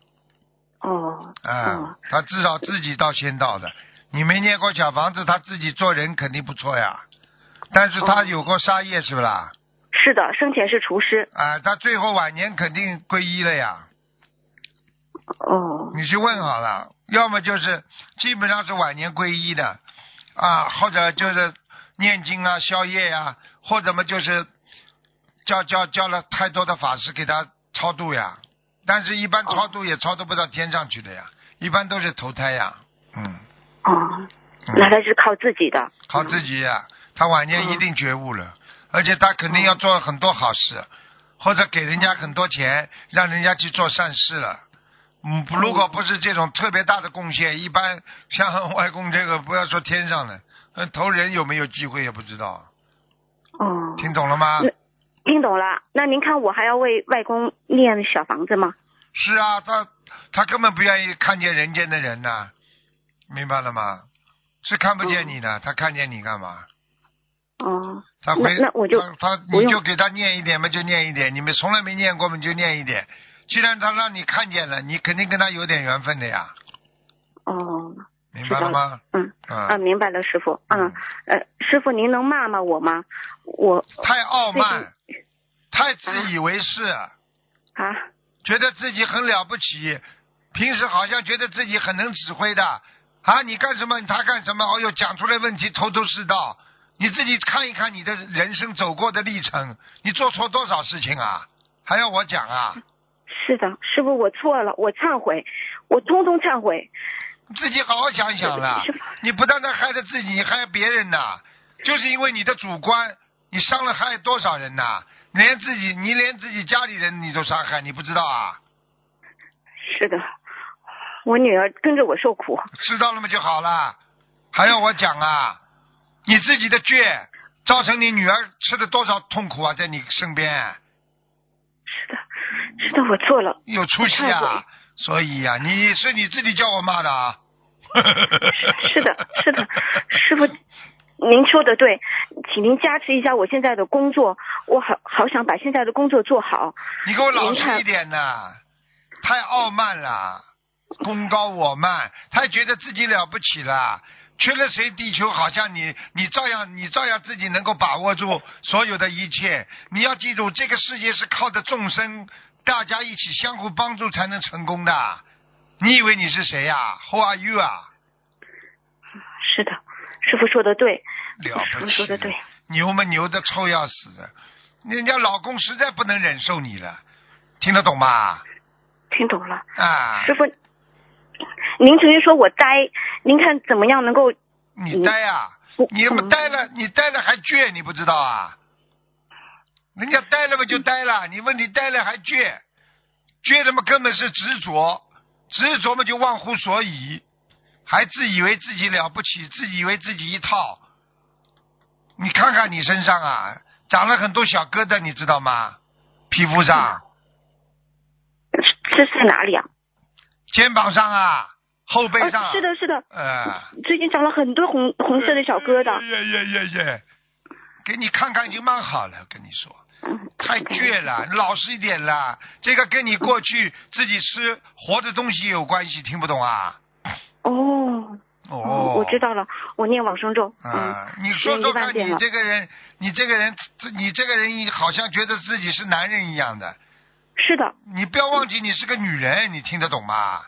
他至少自己到仙道的。你没念过小房子，他自己做人肯定不错呀。但是他有过杀业，是不是啦？ 是的，生前是厨师。 他最后晚年肯定皈依了呀。你去问好了，要么就是基本上是晚年皈依的。或者就是念经啊、消业啊，或者嘛就是叫了太多的法师给他超度呀。但是一般超度也超度不到天上去的呀，一般都是投胎呀。 那他是靠自己的。 靠自己呀，他晚年一定觉悟了，而且他肯定要做很多好事，或者给人家很多钱，让人家去做善事了。如果不是这种特别大的贡献，一般像外公这个，不要说天上的，投人有没有机会也不知道。听懂了吗？ 听懂了。那您看我还要为外公念小房子吗？ 是啊，他根本不愿意看见人间的人呐，明白了吗？是看不见你的，他看见你干嘛？ 哦， 他那我就你就给他念一点嘛，就念一点。你们从来没念过嘛，就念一点。既然他让你看见了，你肯定跟他有点缘分的呀。 哦， 明白了吗？ 明白了，师傅。师傅您能骂我吗？我太傲慢，太自以为是啊， 觉得自己很了不起，平时好像觉得自己很能指挥的啊，你干什么他干什么，哦哟，讲出来问题头头是道。你自己看一看你的人生走过的历程，你做错多少事情啊？还要我讲啊？ 是的，师傅，我错了，我忏悔，我通通忏悔。 自己好好想想了，你不但害了自己，你害别人呐！就是因为你的主观，你伤了害多少人呐？你连自己家里人你都伤害，你不知道啊？ 是的，我女儿跟着我受苦。 知道了吗就好了，还要我讲啊？你自己的倔，造成你女儿吃了多少痛苦啊，在你身边。 是的，我错了。 有出息啊！所以啊，你自己叫我骂的啊。 是的，师傅，您说的对，请您加持一下我现在的工作，我好想把现在的工作做好。 你给我老实一点呐！太傲慢了，功高我慢，太觉得自己了不起了。缺了谁，地球好像你照样自己能够把握住所有的一切。你要记住，这个世界是靠着众生大家一起相互帮助才能成功的。你以为你是谁呀？Who are you 啊？ 是的，师傅说的对， 了不起， 说的对， 牛嘛牛的臭要死的，人家老公实在不能忍受你了，听得懂吗？ 听懂了啊， 师傅。您曾经说我呆，您看怎么样能够？ 你呆啊！你们呆了，你呆了还倔，你不知道啊？人家呆了嘛就呆了，你问题呆了还倔，倔的嘛根本是执着，执着嘛就忘乎所以，还自以为自己了不起，自以为自己一套。你看看你身上啊，长了很多小疙瘩，你知道吗？皮肤上。 这是哪里啊？ 肩膀上啊，后背上。 是的。最近长了很多红色的小疙瘩。 给你看看已经蛮好了，跟你说。太倔了，老实一点了。这个跟你过去自己吃活的东西有关系，听不懂啊？ 哦，我知道了，我念往生咒。 你说说看，你这个人好像觉得自己是男人一样的。 是的。 你不要忘记你是个女人，你听得懂吗？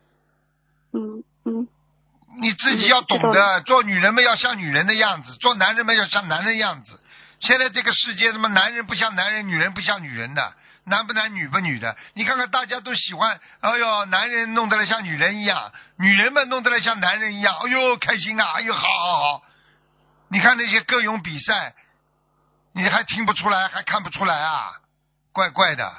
你自己要懂得，做女人们要像女人的样子，做男人们要像男人的样子。现在这个世界什么男人不像男人，女人不像女人的，男不男女不女的。你看看大家都喜欢，哎呦，男人弄得来像女人一样，女人们弄得来像男人一样，哎呦开心啊，哎呦好。你看那些歌咏比赛，你还听不出来，还看不出来啊？怪怪的。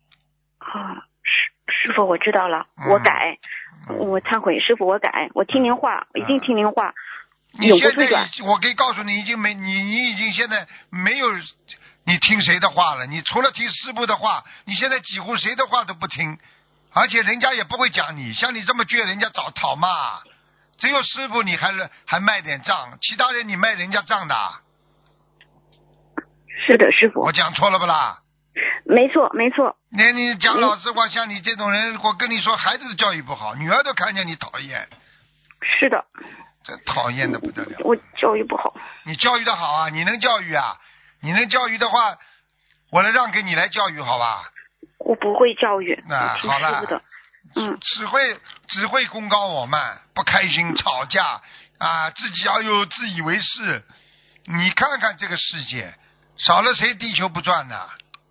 师傅我知道了，我改，我忏悔，师傅我改，我听您话，一定听您话。 你现在我可以告诉你，你已经现在没有你听谁的话了，你除了听师父的话，你现在几乎谁的话都不听，而且人家也不会讲你，像你这么倔，人家讨骂，只有师父你还卖点账，其他人你卖人家账的。 是的，师傅。 我讲错了不啦？ 没错。 你讲老实话，像你这种人，我跟你说，孩子的教育不好，女儿都看见你讨厌。 是的。 这讨厌的不得了。 我教育不好。 你教育的好啊，你能教育啊？你能教育的话，我来让给你来教育，好吧？ 我不会教育。 好了。只会功高我慢，不开心吵架啊，自己要有自以为是。你看看这个世界，少了谁地球不转呢？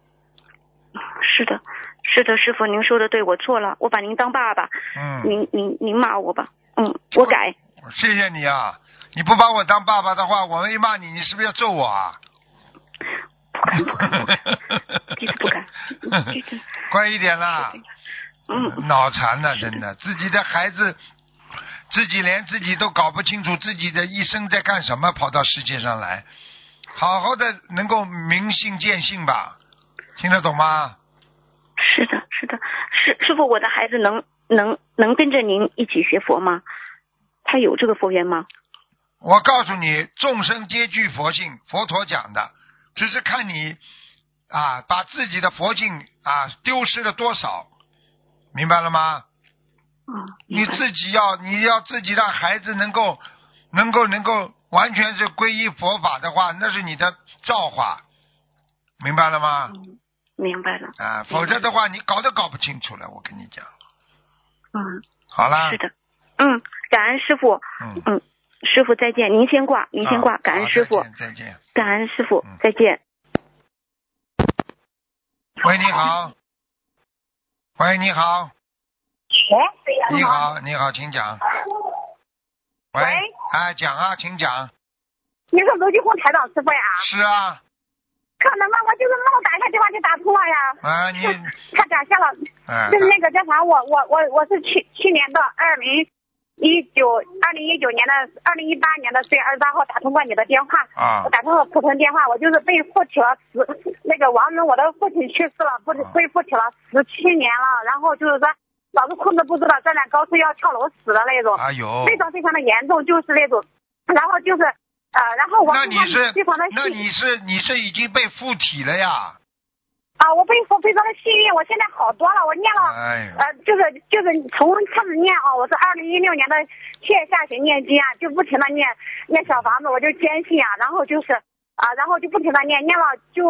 是的，师傅您说的对，我错了，我把您当爸爸。您骂我吧。我改。 谢谢你啊！你不把我当爸爸的话，我一骂你，你是不是要揍我啊？ 不敢，不敢。 乖一点啦。脑残了，真的，自己的孩子，自己连自己都搞不清楚自己的一生在干什么，跑到世界上来，好好的能够明性见性吧，听得懂吗？ 是的，师师傅，我的孩子能跟着您一起学佛吗？他有这个佛缘吗？ 我告诉你，众生皆具佛性，佛陀讲的，只是看你把自己的佛性丢失了多少，明白了吗？你自己你要自己让孩子能够完全是皈依佛法的话，那是你的造化，明白了吗？ 明白了。 否则的话你搞不清楚了，我跟你讲。好了。 是的。感恩师傅。师傅再见，您先挂，感恩师傅。 再见。 感恩师傅，再见。 喂，你好。喂，你好。你好，请讲。喂。讲啊，请讲。 你是卢继红台长师傅呀？ 是啊。 可能吗？我就是那么打一下电话就打通了呀。 你太感谢了。就是那个叫啥，我是去年的2018年的4月28号打通过你的电话。我打通了普通电话，我就是被附体了那个亡人，我的父亲去世了，被附体了17年了，然后就是说老是控制不住的，站在高处要跳楼死的那种。非常非常的严重，就是那种，然后就是然后我非常的你是已经被附体了呀？ 我被非常的幸运，我现在好多了，我念了，就是从开始念我是2016年的7月下旬念经就不停的念小房子，我就坚信然后就是然后就不停的念了就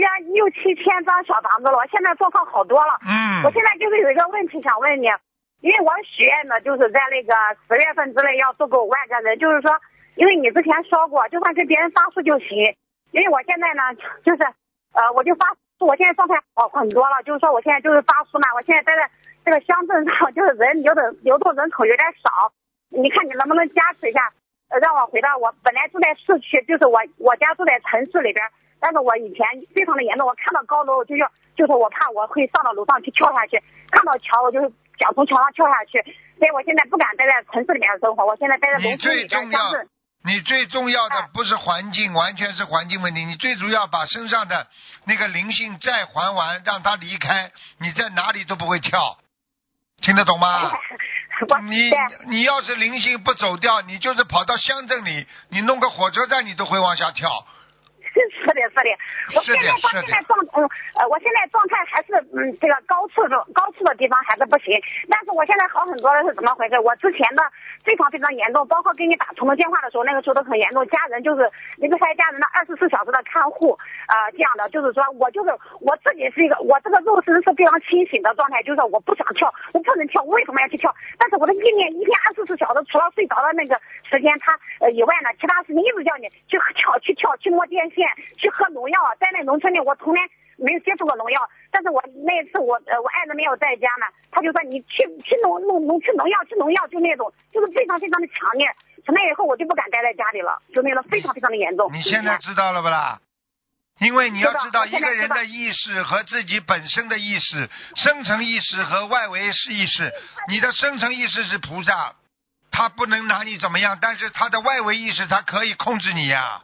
6、7千张小房子了，我现在状况好多了。我现在就是有一个问题想问你，因为我许愿的就是在那个10月份之内要做够5万个人，就是说因为你之前说过就算跟别人发誓就行，因为我现在呢就是我就发誓，我现在状态好很多了，就是说我现在就是发誓嘛，我现在在这个乡镇上就是流动人口有点少，你看你能不能加持一下，让我回到我本来住在市区，就是我家住在城市里边，但是我以前非常的严重，我看到高楼就是我怕我会上到楼上去跳下去，看到桥我就想从桥上跳下去，所以我现在不敢待在城市里面生活，我现在待在农村里边乡镇。 你最重要的不是环境，完全是环境问题，你最主要把身上的那个灵性再还完，让它离开，你在哪里都不会跳，听得懂吗？你要是灵性不走掉，你就是跑到乡镇里，你弄个火车站你都会往下跳。 是的，我现在状态还是这个高处的地方还是不行，但是我现在好很多了，是怎么回事？我之前的非常非常严重，包括给你打通的电话的时候，那个时候都很严重，家人就是离不开家人的24小时的看护这样的，就是说我自己是我这个肉身是非常清醒的状态，就是我不想跳，我不能跳，为什么要去跳？但是我的意念一天24小时，除了睡着的那个时间它以外呢，其他时间一直叫你去跳去摸电线，去喝农药，在那农村里我从来没有接触过农药，但是我那一次我爱人没有在家呢，他就说你去农药就那种就是非常非常的强烈，从那以后我就不敢待在家里了，就那种非常非常的严重。 你现在知道了不啦？因为你要知道一个人的意识和自己本身的意识，深层意识和外围意识，你的深层意识是菩萨，他不能拿你怎么样，但是他的外围意识他可以控制你呀。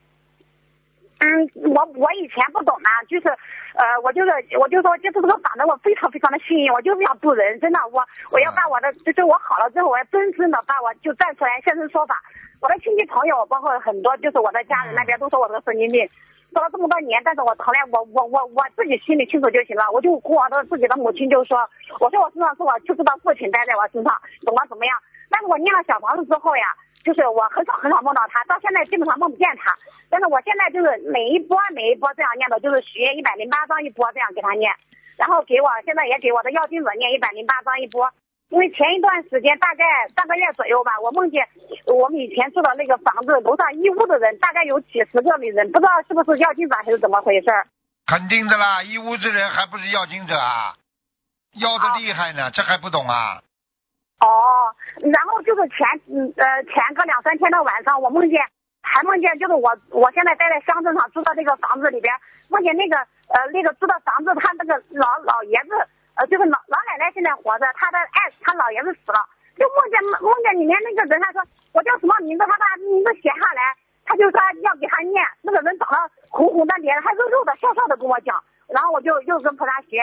我以前不懂呢，就是我就说接触这个法门，我非常非常的幸运，我就是要度人，真的，我要把我的就是我好了之后，我要真正的把我就站出来现身说法。我的亲戚朋友，包括很多就是我的家人那边都说我这个神经病，说了这么多年，但是我从来我自己心里清楚就行了，我就跟我的自己的母亲就说，我说我身上是我就是的父亲待在我身上，懂了怎么样？但是我念了小房子之后呀，就是我很少梦到他，到现在基本上梦不见他。但是我现在就是每一波这样念的，就是许愿108张一波这样给他念，然后现在也给我的要经者念108张一波。因为前一段时间大概半个月左右吧，我梦见我们以前住的那个房子楼上一屋的人，大概有几十个的人，不知道是不是要经者还是怎么回事。 肯定的啦，一屋子人还不是要经者啊，要的厉害呢，这还不懂啊？ 然后就是前个2、3天的晚上，我还梦见就是我现在待在乡镇上住的这个房子里边，梦见那个住的房子，他那个老爷子就是老奶奶现在活着，他老爷子死了，就梦见里面那个人，他说我叫什么名字，他把名字写下来，他就说要给他念，那个人长得红红的脸，还肉肉的笑笑的跟我讲，然后我就跟菩萨许愿，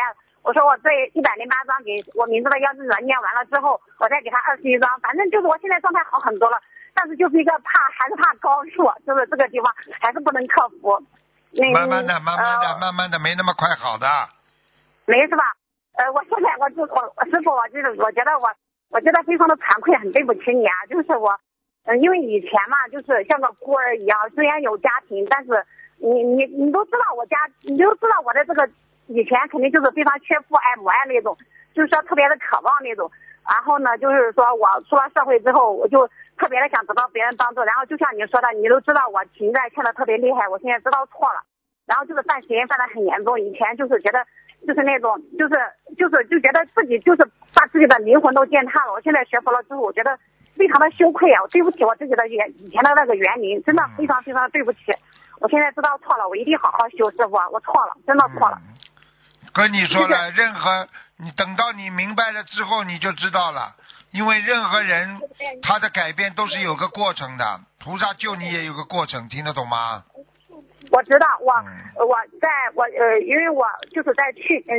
我说我这108张给我名字的要经者念完了之后，我再给他21张，反正就是我现在状态好很多了，但是就是一个还是怕高数，就是这个地方还是不能克服。 慢慢的，没那么快好的。 没是吧？我现在师傅，我觉得非常的惭愧，很对不起你啊，就是我，因为以前嘛，就是像个孤儿一样，虽然有家庭，但是你都知道你都知道我的这个以前肯定就是非常缺父爱母爱那种，就是说特别的渴望那种。然后呢，就是说我出了社会之后，我就特别的想得到别人帮助。然后就像你说的，你都知道我情债欠的特别厉害，我现在知道错了。然后就是犯邪犯的很严重，以前就是觉得就是那种就觉得自己就是把自己的灵魂都践踏了。我现在学佛了之后，我觉得非常的羞愧啊！我对不起我自己的以前的那个园林，真的非常非常的对不起。我现在知道错了，我一定好好修，师傅，我错了，真的错了。 跟你说了，任何你等到你明白了之后，你就知道了。因为任何人他的改变都是有个过程的，菩萨救你也有个过程，听得懂吗？ 我知道，因为我就是在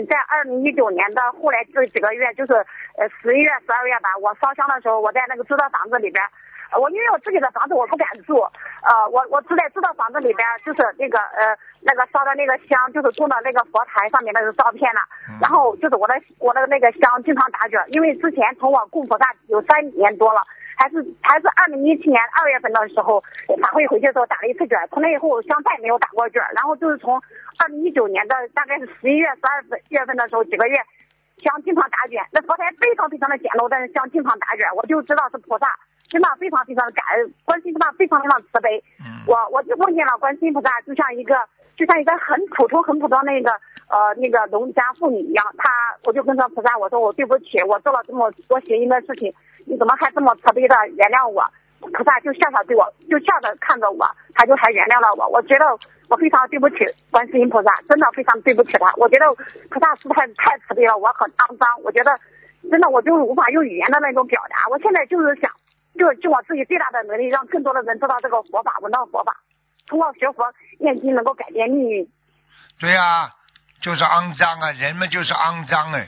2019年的后来这几个月，就是11月、12月吧，我烧香的时候，我在那个租的房子里边，因为我自己的房子我不敢住，我住在租的房子里边，就是那个烧的那个香，就是供的那个佛台上面那个照片呢，然后就是我的那个香经常打卷，因为之前从我供菩萨有3年多了。还是2017年2月份的时候，法会回去的时候打了一次卷，从那以后香再没有打过卷。然后就是从2019年的大概是11月、12月份的时候几个月，香经常打卷，那佛台非常非常的简陋，但是香经常打卷，我就知道是菩萨，真的非常非常的感恩，观世音菩萨非常非常慈悲。我就梦见了观世音菩萨，就像一个很普通那个农家妇女一样，我就跟着菩萨我说我对不起，我做了这么多邪淫的事情，你怎么还这么慈悲的原谅我？菩萨就笑着看着我，他就还原谅了我。我觉得我非常对不起观世音菩萨，真的非常对不起他。我觉得菩萨是太慈悲了，我很肮脏。我觉得真的我就是无法用语言的那种表达。我现在就是想，就我自己最大的能力，让更多的人知道这个佛法，闻到佛法，通过学佛念经能够改变命运。 对呀，就是肮脏啊，人们就是肮脏哎。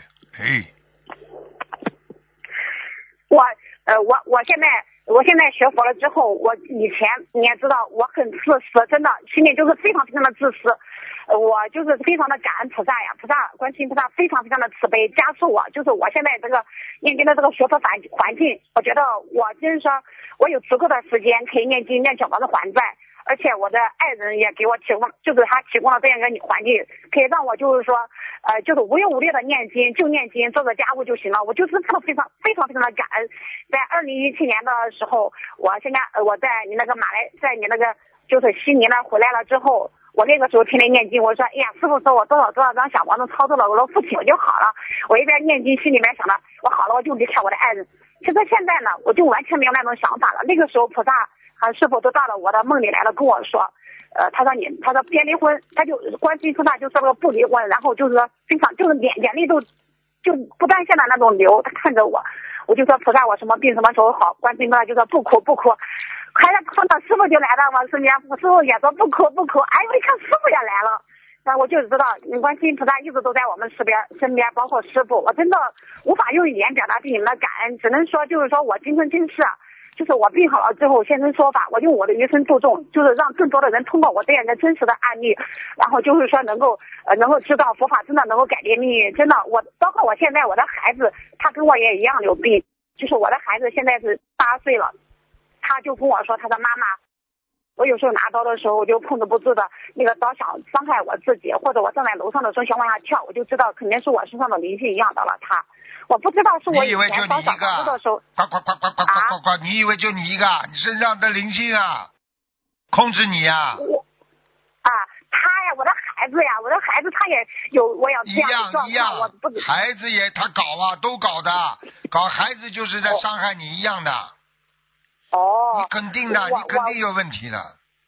我现在学佛了之后，我以前你也知道我很自私，真的心里就是非常非常的自私。我就是非常的感恩菩萨呀，观世音菩萨非常非常的慈悲，加持我，就是我现在这个念经的这个学佛环境，我觉得我就是说我有足够的时间可以念经念小房子还债。而且我的爱人也给我提供，就是他提供了这样一个环境，可以让我就是说，就是无忧无虑的念经，就念经，做个家务就行了。我就是非常非常非常的感恩。在2017年的时候，我在你那个在你那个就是悉尼那回来了之后，我那个时候天天念经，我说，哎呀，师傅说我多少张小房子操作了，我说父亲我就好了。我一边念经，心里面想着我好了，我就离开我的爱人。其实现在呢，我就完全没有那种想法了。那个时候菩萨师傅都到了我的梦里来了，跟我说，他说别离婚，他就观世音菩萨就说了不离婚，然后就是说非常就是眼泪都就不断线的那种流，他看着我，我就说菩萨我什么病什么时候好，观世音菩萨就说不哭，还在碰到师傅就来到我身边，师傅也说不哭，哎，我一看师傅也来了，那我就知道观世音菩萨一直都在我们身边，包括师傅，我真的无法用语言表达对你们的感恩，只能说就是说我今生今世就是我病好了之后现身说法，我用我的余生度众，就是让更多的人通过我这样一个真实的案例，然后就是说能够知道佛法真的能够改变命运，真的包括我现在我的孩子，他跟我也一样有病，就是我的孩子现在是8岁了，他就跟我说，他说妈妈，我有时候拿刀的时候我就控制不住的那个刀想伤害我自己，或者我站在楼上的时候想往下跳，我就知道肯定是我身上的灵性影响到了他。我不知道是我以前烧小房子的时候， 呱，你以为就你一个？你身上的灵性啊，控制你呀！ 他呀，我的孩子他也有，我要这样一样，孩子也他搞啊，都搞的，搞孩子就是在伤害你一样的。你肯定的，你肯定有问题的。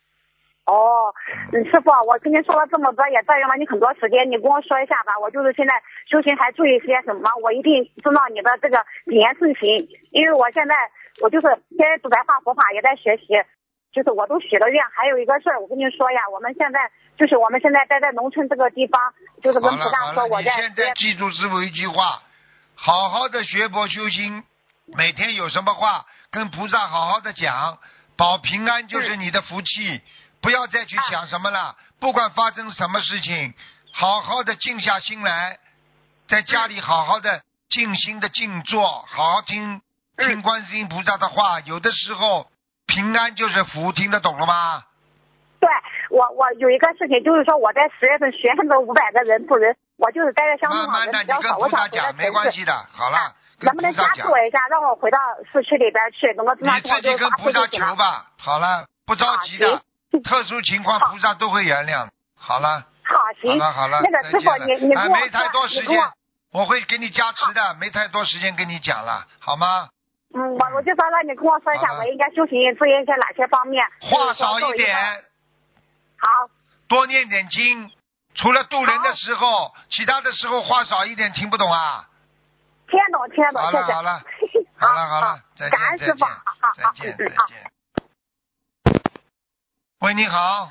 师傅，我今天说了这么多，也占用了你很多时间，你跟我说一下吧。我就是现在修行还注意些什么？我一定知道你的这个谨言慎行，因为我现在就是天天都在画佛法，也在学习。 就是我都许了愿。还有一个事儿，我跟你说呀，我们现在待在农村这个地方，就是跟菩萨说我在。 你现在记住师父一句话，好好的学佛修心，每天有什么话跟菩萨好好的讲，保平安就是你的福气，不要再去想什么了。不管发生什么事情，好好的静下心来，在家里好好的静心的静坐，好好听观世音菩萨的话。有的时候平安就是福，听得懂了吗？ 对，我有一个事情，就是说我在10月份学那个500个人不人，我就是待在乡村上人比较少，我想回到城市。 没关系的，好了， 能不能加持我一下，让我回到市区里边去，能够你自己跟菩萨求吧。好了，不着急的，特殊情况菩萨都会原谅。好了， 好，行， 好了， 那个师傅，你给我没太多时间，我会给你加持的，没太多时间跟你讲了，好吗？ 我就说让你跟我说一下，我应该修行注意一些哪些方面。 话少一点。 好。 多念点经，除了渡人的时候，其他的时候话少一点，听不懂啊？ 听懂，谢谢。 好了，再见， 感恩师傅， 再见。喂，你好。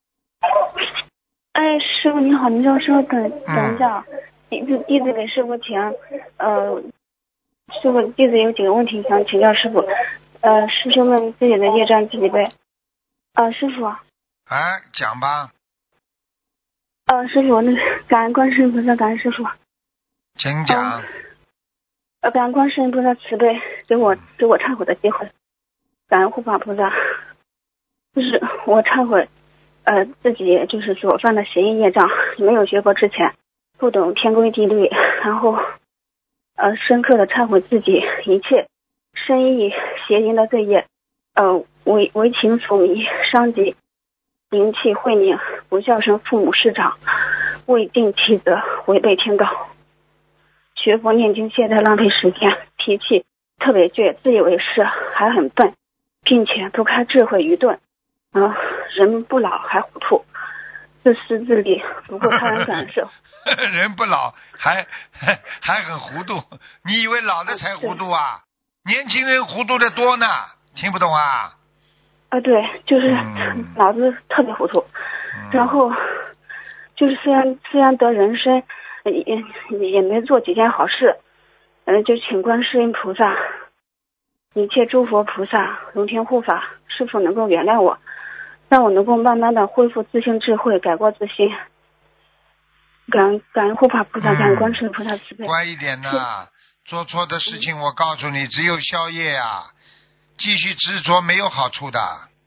哎，师傅你好，您稍等一下，弟子给师傅请，师傅弟子有几个问题想请教师傅，师兄们自己的业障自己背，师傅。 哎，讲吧。 师傅，那感恩观世音菩萨，感恩师傅。 请讲。 感恩观世音菩萨慈悲，给我忏悔的机会，感恩护法菩萨。就是我忏悔，自己就是所犯的邪淫业障，没有学佛之前不懂天规地律，然后深刻的忏悔自己一切深意邪淫的罪业，为情所迷，伤及灵气慧命，不孝顺父母师长，未尽其责，违背天告。学佛念经懈怠浪费时间，脾气特别倔，自以为是，还很笨，并且不开智慧愚钝，人不老还糊涂，自私自利，不顾他人感受。 人不老还很糊涂，你以为老的才糊涂啊？年轻人糊涂的多呢，听不懂啊？ 对，就是脑子特别糊涂，然后就是虽然得人生，也没做几件好事，就请观世音菩萨、一切诸佛菩萨、龙天护法是否能够原谅我，让我能够慢慢的恢复自信智慧，改过自新。感恩护法菩萨，感恩观世音菩萨慈悲。 乖一点呐，做错的事情我告诉你，只有消业啊。继续执着没有好处的，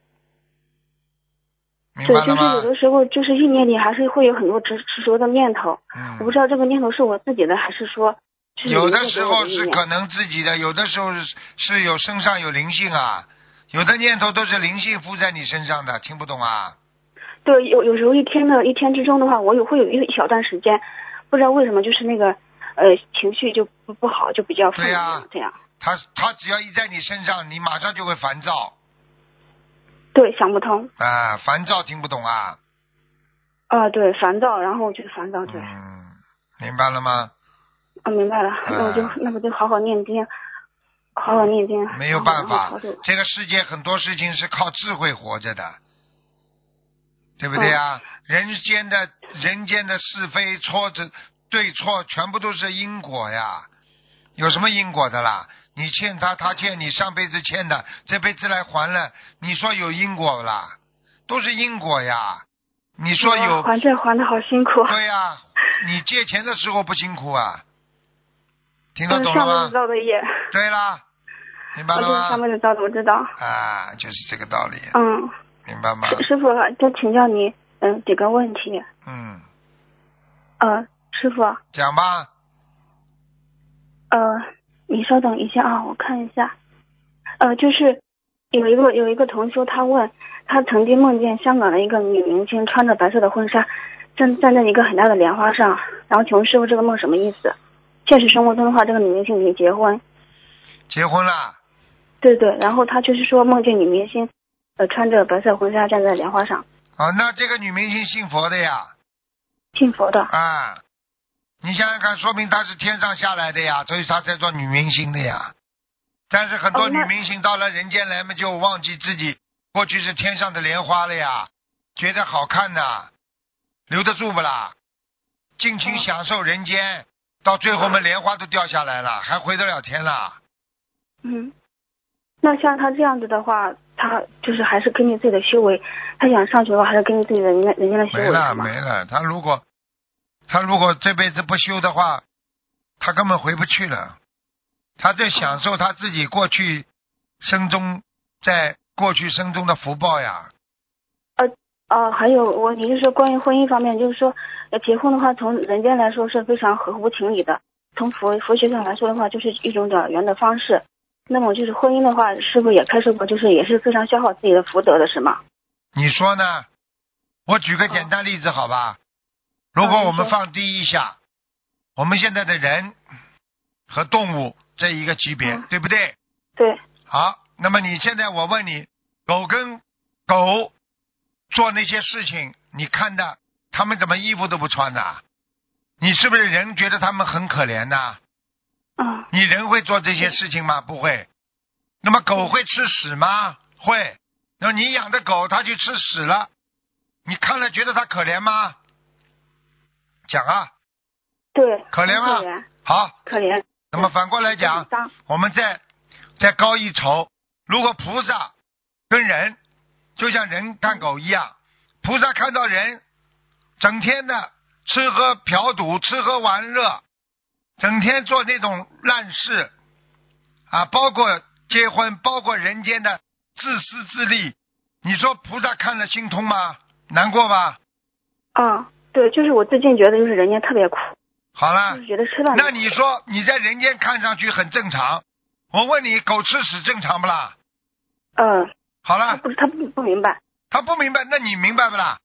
明白了吗？ 对，就是有的时候就是意念里还是会有很多执着的念头，我不知道这个念头是我自己的还是说有的时候是可能自己的，有的时候是有身上有灵性啊，有的念头都是灵性附在你身上的，听不懂啊？ 对，有时候一天之中的话，我会有一小段时间，不知道为什么就是那个情绪就不好，就比较愤怒这样。 他只要一在你身上，你马上就会烦躁。 对，想不通。 烦躁听不懂啊？ 对，烦躁，然后就是烦躁，对。 明白了吗？ 明白了。那我就好好念经，好好念经。 没有办法，这个世界很多事情是靠智慧活着的，对不对啊？人间的是非错对错，全部都是因果呀。有什么因果的啦？你欠他，他欠你，上辈子欠的，这辈子来还了，你说有因果啦？都是因果呀。你说有还债还的好辛苦。 对呀，你借钱的时候不辛苦啊？听得懂了吗？ 上辈子造的业。 对啦，明白了吗？ 上辈子造的我知道。 就是这个道理。明白吗？ 师傅，再请教你几个问题。师傅。 讲吧。 你稍等一下啊，我看一下。就是有一个同修，他问他曾经梦见香港的一个女明星穿着白色的婚纱，站在一个很大的莲花上，然后请问师傅这个梦什么意思？现实生活中的话，这个女明星已经结婚了。 对，然后他就是说梦见女明星穿着白色婚纱站在莲花上。 那这个女明星信佛的呀？ 信佛的。 你想想看，说明她是天上下来的呀，所以她才做女明星的呀。但是很多女明星到了人间来嘛，就忘记自己过去是天上的莲花了呀，觉得好看呐，留得住不啦？尽情享受人间，到最后我们莲花都掉下来了，还回得了天啦？ 那像他这样子的话，他就是还是根据自己的修为，他想上去的话，还是根据自己的人家的修为。 没了，他如果这辈子不修的话，他根本回不去了。他在享受他自己过去生中的福报呀。 还有你就是说关于婚姻方面，就是说结婚的话，从人间来说是非常合乎情理的，从佛学上来说的话，就是一种了缘的方式。那么就是婚姻的话，师父也开示过，就是也是非常消耗自己的福德的，是吗？ 你说呢？我举个简单例子好吧？如果我们放低一下，我们现在的人和动物这一个级别，对不对？ 对。 好，那么你现在我问你，狗跟狗做那些事情，你看的他们怎么衣服都不穿的？你是不是人觉得他们很可怜呢？你人会做这些事情吗？不会。那么狗会吃屎吗？会。那么你养的狗它去吃屎了，你看了觉得它可怜吗？讲啊。 对。 可怜吗？好。 可怜。 那么反过来讲，我们再高一筹，如果菩萨跟人就像人看狗一样，菩萨看到人整天的吃喝嫖赌，吃喝玩乐，整天做那种烂事啊，包括结婚，包括人间的自私自利，你说菩萨看了心痛吗？难过吧？ 对，就是我最近觉得就是人间特别苦。 好了， 就是觉得吃饭。 那你说你在人间看上去很正常，我问你，狗吃屎正常不啦？好了。 他不明白。 他不明白，那你明白不啦？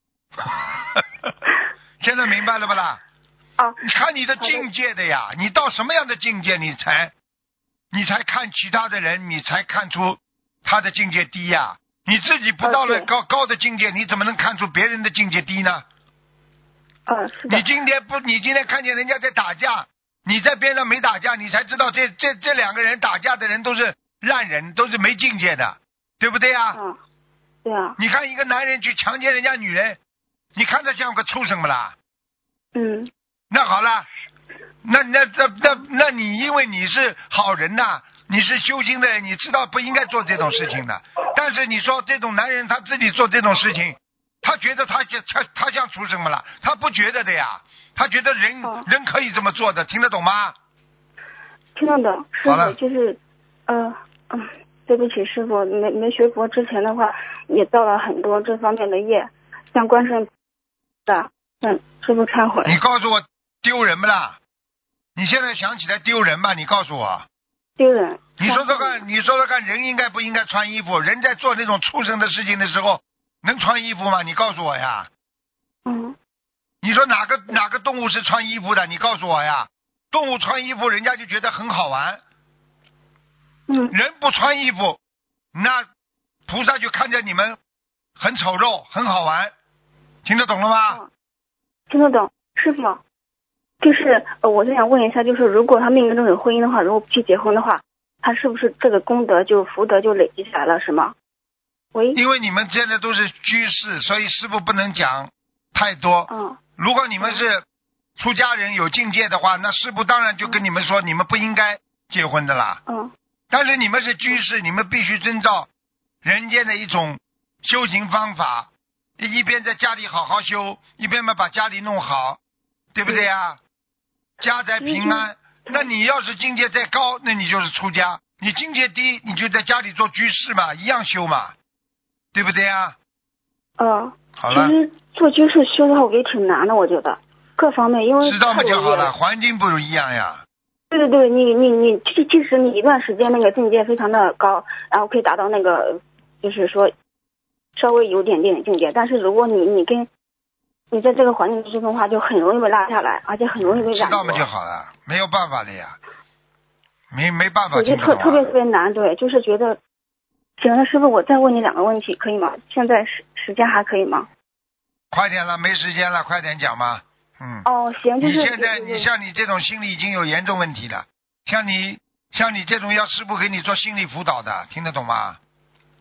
现在明白了不啦？你看你的境界的呀，你到什么样的境界你才看其他的人，你才看出他的境界低呀？你自己不到了高的境界，你怎么能看出别人的境界低呢？ 是的。 你今天看见人家在打架，你在边上没打架，你才知道这两个人打架的人都是烂人，都是没境界的，对不对呀？ 对啊。 你看一个男人去强奸人家女人，你看他像个畜生不啦？那好了，那你因为你是好人呐，你是修心的人，你知道不应该做这种事情的。但是你说这种男人他自己做这种事情，他觉得他像畜生不啦？他不觉得的呀，他觉得人可以这么做的，听得懂吗？ 听得懂。师傅就是对不起师傅，没学佛之前的话也造了很多这方面的业，像观世音的师傅忏悔。 你告诉我丢人不啦？你现在想起来丢人吧？你告诉我。 丢人。 你说说看，人应该不应该穿衣服？人在做那种畜生的事情的时候，能穿衣服吗？你告诉我呀。你说哪个动物是穿衣服的？你告诉我呀。动物穿衣服，人家就觉得很好玩。人不穿衣服，那菩萨就看着你们很丑陋，很好玩。听得懂了吗？ 听得懂。师傅，就是我就想问一下，就是如果他命根中有婚姻的话，如果不去结婚的话，他是不是这个功德福德就累积起来了，是吗？ 因为你们现在都是居士，所以师父不能讲太多。如果你们是出家人有境界的话，那师父当然就跟你们说，你们不应该结婚的啦。但是你们是居士，你们必须遵照人间的一种修行方法，一边在家里好好修，一边把家里弄好，对不对啊？家宅平安。那你要是境界再高，那你就是出家；你境界低，你就在家里做居士嘛，一样修嘛，对不对啊？好了。 其实做居士修的话，我觉得挺难的，我觉得各方面因为知道嘛就好了，环境不一样呀。 对，你即使你一段时间那个境界非常的高，然后可以达到那个就是说稍微有点境界，但是如果你在这个环境之中的话，就很容易被拉下来，而且很容易被染。 知道嘛就好了，没有办法的呀，没办法。 我觉得特别难，对，就是觉得。行了，师傅，我再问你2个问题，可以吗？现在时间还可以吗？ 快点了，没时间了，快点讲吧。 行，就是你现在你像你这种心理已经有严重问题了，像你这种要师傅给你做心理辅导的，听得懂吗？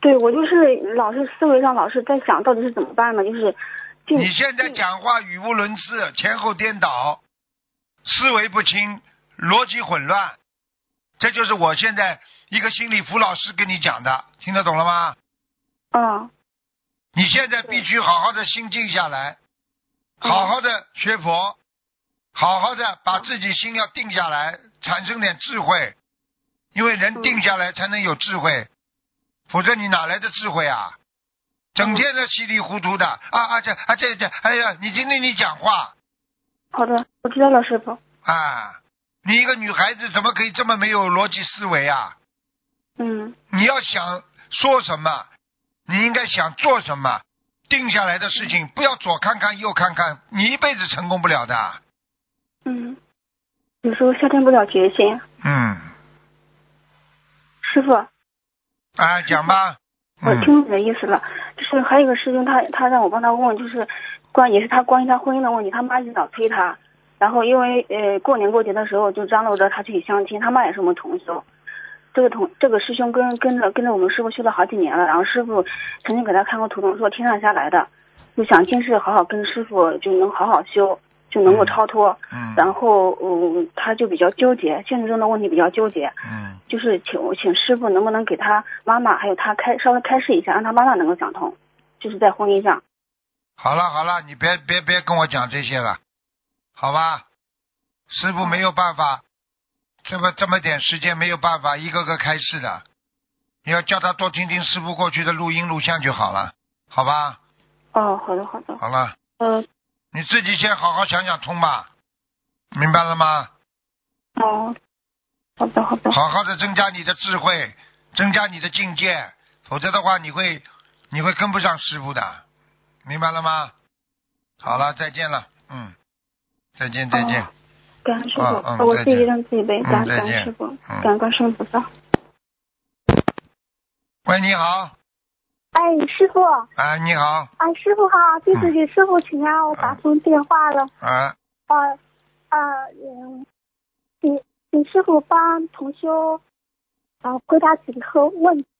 对，我就是老是思维上老是在想到底是怎么办呢？就是你现在讲话语无伦次，前后颠倒，思维不清，逻辑混乱，这就是我现在一个心理辅导师跟你讲的，听得懂了吗？你现在必须好好的心静下来，好好的学佛，好好的把自己心要定下来，产生点智慧，因为人定下来才能有智慧，否则你哪来的智慧啊？整天的稀里糊涂的哎呀，你听听你讲话。 好的，我知道了，师傅。 你一个女孩子怎么可以这么没有逻辑思维啊？你要想说什么，你应该想做什么，定下来的事情不要左看看右看看，你一辈子成功不了的。 有时候下定不了决心。师傅。 讲吧。 我听你的意思了，就是还有一个事情，他让我帮他问，就是也是他关于他婚姻的问题，他妈一直老催他，然后因为过年过节的时候就张罗着他去相亲，他妈也是我们同修，这个师兄跟着我们师傅修了好几年了，然后师傅曾经给他看过图腾，说天上下来的，就想今世好好跟师傅就能好好修，就能够超脱。然后他就比较纠结，现实中的问题比较纠结。就是请师傅能不能给他妈妈还有他稍微开示一下，让他妈妈能够想通，就是在婚姻上。 好了，你别跟我讲这些了，好吧？师傅没有办法，这么点时间没有办法一个个开示的，你要叫他多听听师傅过去的录音录像就好了，好吧？ 好的。 好了。你自己先好好想想通吧，明白了吗？ 好的。 好好的增加你的智慧，增加你的境界，否则的话你会跟不上师傅的，明白了吗？好了，再见了。再见。 感恩师傅。我自己让自己背。感恩师傅。感恩观世音菩萨。 喂，你好。 师傅。 你好。 师傅好，弟子给师傅请安，我打通电话了。请师傅帮同修回答几个问题。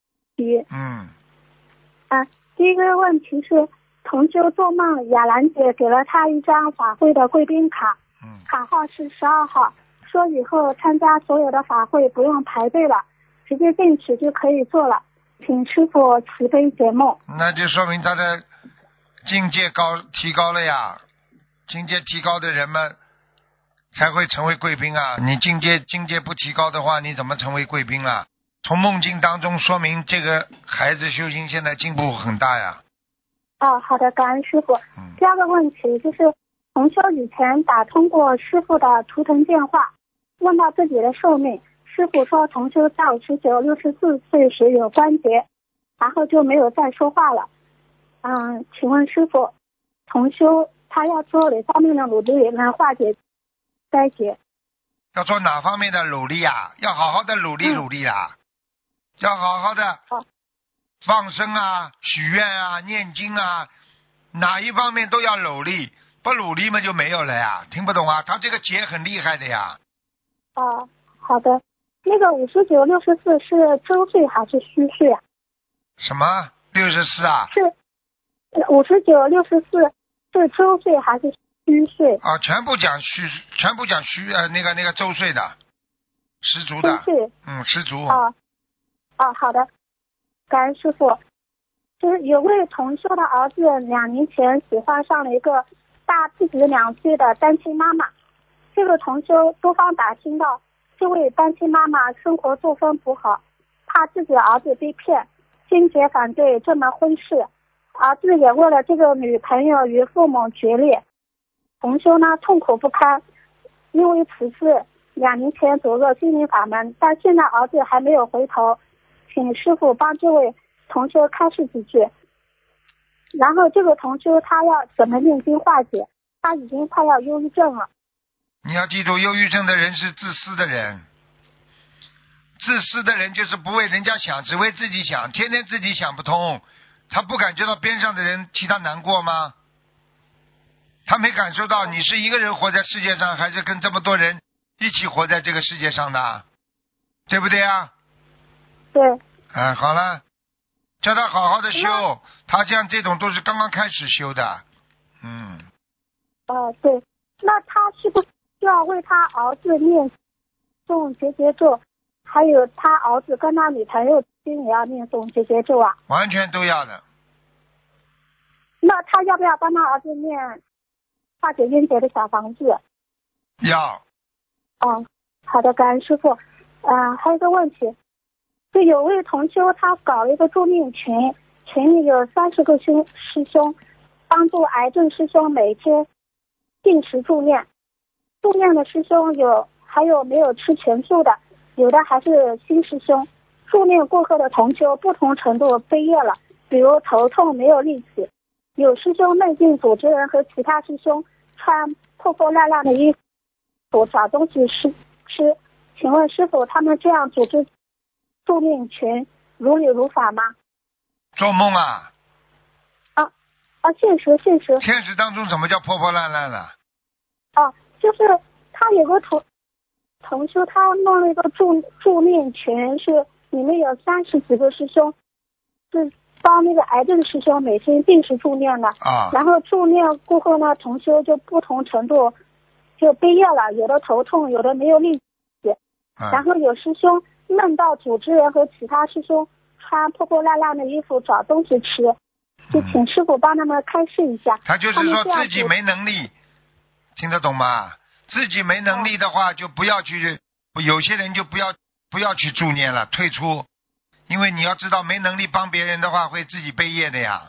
第一个问题是，同修做梦，雅兰姐给了他一张法会的贵宾卡，卡号是12号，说以后参加所有的法会不用排队了，直接进去就可以做了，请师傅慈悲解梦。 那就说明他的境界提高了呀，境界提高的人们才会成为贵宾啊！你境界不提高的话，你怎么成为贵宾啊？从梦境当中说明这个孩子修行现在进步很大呀。 好的，感恩师傅。第二个问题就是，同修以前打通过师傅的图腾电话，问到自己的寿命，师傅说同修在59、64岁时有关节，然后就没有再说话了。请问师傅，同修他要做哪方面的努力来化解灾劫？ 要做哪方面的努力啊？要好好的努力啊！要好好的放生啊、许愿啊、念经啊，哪一方面都要努力，不努力嘛就没有了呀。听不懂啊？他这个劫很厉害的呀。 好的。那个59、64是周岁还是虚岁啊？ 什么64啊？ 是59、64是周岁还是虚岁？ 全部讲虚那个周岁的，十足的。十足。 好的，感恩师傅。就是有位同修的儿子2年前喜欢上了一个大自己2岁的单亲妈妈，这个同修多方打听到，这位单亲妈妈生活作风不好，怕自己儿子被骗，坚决反对这门婚事，儿子也为了这个女朋友与父母决裂，同修呢痛苦不堪，因为此事2年前走入心灵法门，但现在儿子还没有回头，请师父帮这位同修开示几句。然后这个同修他要怎么念经化解？他已经快要忧郁症了。 你要记住，忧郁症的人是自私的人，自私的人就是不为人家想，只为自己想，天天自己想不通，他不感觉到边上的人替他难过吗？他没感受到你是一个人活在世界上，还是跟这么多人一起活在这个世界上的，对不对啊？ 对。 好了， 叫他好好的修，他像这种都是刚刚开始修的。 对，那他是不是需要为他儿子念诵结节咒，还有他儿子跟他女朋友也要念诵结节咒啊？ 完全都要的。 那他要不要帮他儿子念化解冤结的小房子？ 要。 好的，感恩师傅。还有一个问题，就有位同修他搞了一个助念群，群里有30个师兄，帮助癌症师兄每天定时助念。助念的师兄还有没有吃全素的，有的还是新师兄。助念过后的同修不同程度飞跃了，比如头痛没有力气，有师兄梦见组织人和其他师兄穿破破烂烂的衣服找东西吃。请问师傅，他们这样组织助念群如理如法吗？ 做梦啊！ 现实。 现实当中什么叫破破烂烂的？ 就是他有个同修，他弄了一个助念群，是里面有30几个师兄，是帮那个癌症师兄每天定时助念的。然后助念过后呢，同修就不同程度就悲业了，有的头痛，有的没有力气。然后有师兄梦到组织人和其他师兄穿破破烂烂的衣服找东西吃，就请师傅帮他们开示一下。 他就是说自己没能力，听得懂吗？自己没能力的话，就不要去，有些人就不要去助念了，退出，因为你要知道，没能力帮别人的话，会自己背业的呀。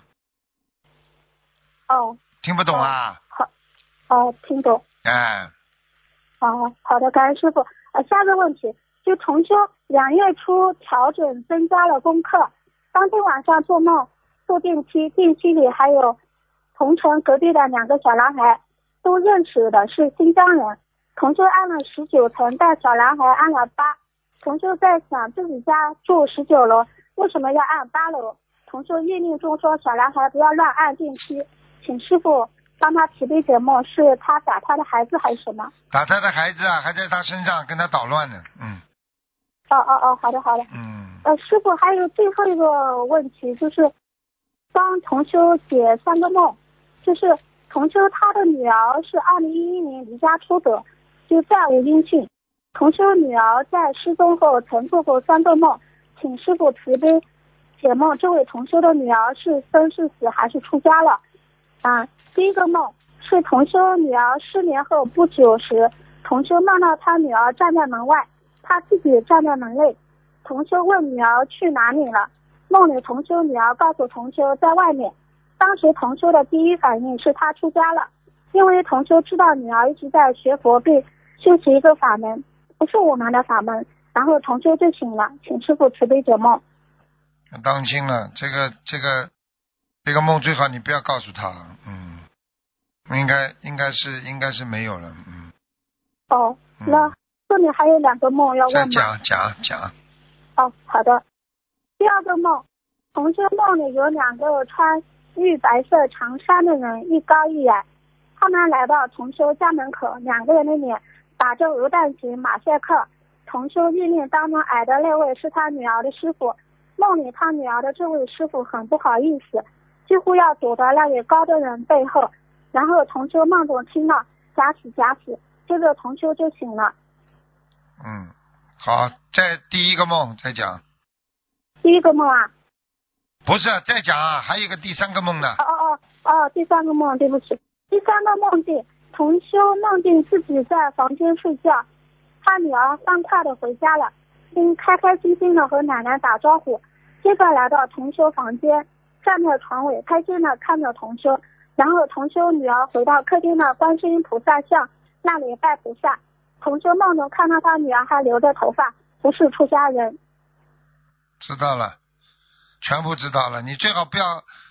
听不懂啊？ 听懂。好的，感恩师傅。下个问题，就同修2月初调整增加了功课，当天晚上做梦坐电梯，电梯里还有同城隔壁的2个小男孩，都认识的是新疆人。同修按了19层，但小男孩按了8。同修在想，自己家住19楼，为什么要按8楼？同修业令中说小男孩不要乱按电梯，请师傅帮他慈悲解梦，是他打他的孩子还是什么？ 打他的孩子啊，还在他身上跟他捣乱呢。 好的。师傅还有最后一个问题，就是帮同修解3个梦，就是同修他的女儿是2011年离家出走，就再无音讯。同修女儿在失踪后曾做过3个梦，请师傅慈悲解梦，这位同修的女儿是生是死还是出家了？第一个梦是同修女儿失联后不久时，同修梦到他女儿站在门外，他自己站在门内。同修问女儿去哪里了，梦里同修女儿告诉同修在外面。当时同修的第一反应是他出家了，因为同修知道女儿一直在学佛并修习一个法门，不是我们的法门，然后同修就醒了，请师父慈悲解梦。 当心了，这个梦最好你不要告诉他，应该是没有了， 那后面还有2个梦要问吗？ 讲。 好的。第二个梦，同修梦里有2个穿玉白色长衫的人，一高一矮，他们来到同修家门口，2个人的脸打着鹅蛋形马赛克。同修意念当中矮的那位是他女儿的师傅，梦里他女儿的这位师傅很不好意思，几乎要躲到那位高的人背后，然后同修梦中听到假死，接着同修就醒了。 好，在第一个梦再讲。 第一个梦啊？ 不是，再讲啊，还有一个第3个梦呢。 第3个梦，对不起。第3个梦境，同修梦见自己在房间睡觉，他女儿欢快的回家了，并开开心心的和奶奶打招呼，接着来到同修房间，站在床尾开心的看着同修，然后同修女儿回到客厅的观世音菩萨像那里拜菩萨。同修梦中看到他女儿还留着头发，不是出家人。 知道了，全部知道了。你最好不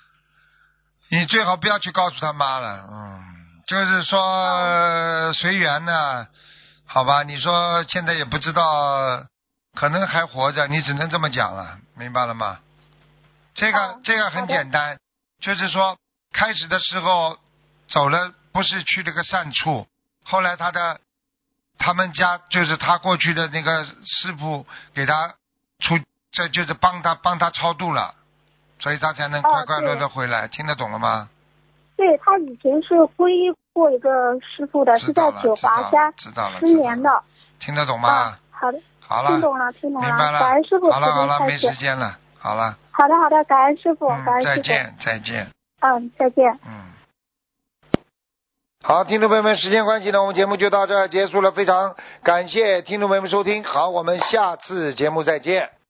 要去告诉他妈了，就是说随缘呢，好吧？你说现在也不知道，可能还活着，你只能这么讲了，明白了吗？这个很简单，就是说开始的时候走了，不是去了个善处，后来他们家就是他过去的那个师傅给他这就是帮他超度了， 所以他才能快快乐乐回来。听得懂了吗？ 对，他以前是皈依过一个师傅的，是在九华山10年的。 听得懂吗？ 好的。 好了。 听懂了，听懂了。 明白了。 感恩师傅。 好了，没时间了。好了。 好的，感恩师傅，感恩师傅。 再见。 再见。 好，听众朋友们，时间关系呢，我们节目就到这儿结束了，非常感谢听众朋友们收听，好，我们下次节目再见。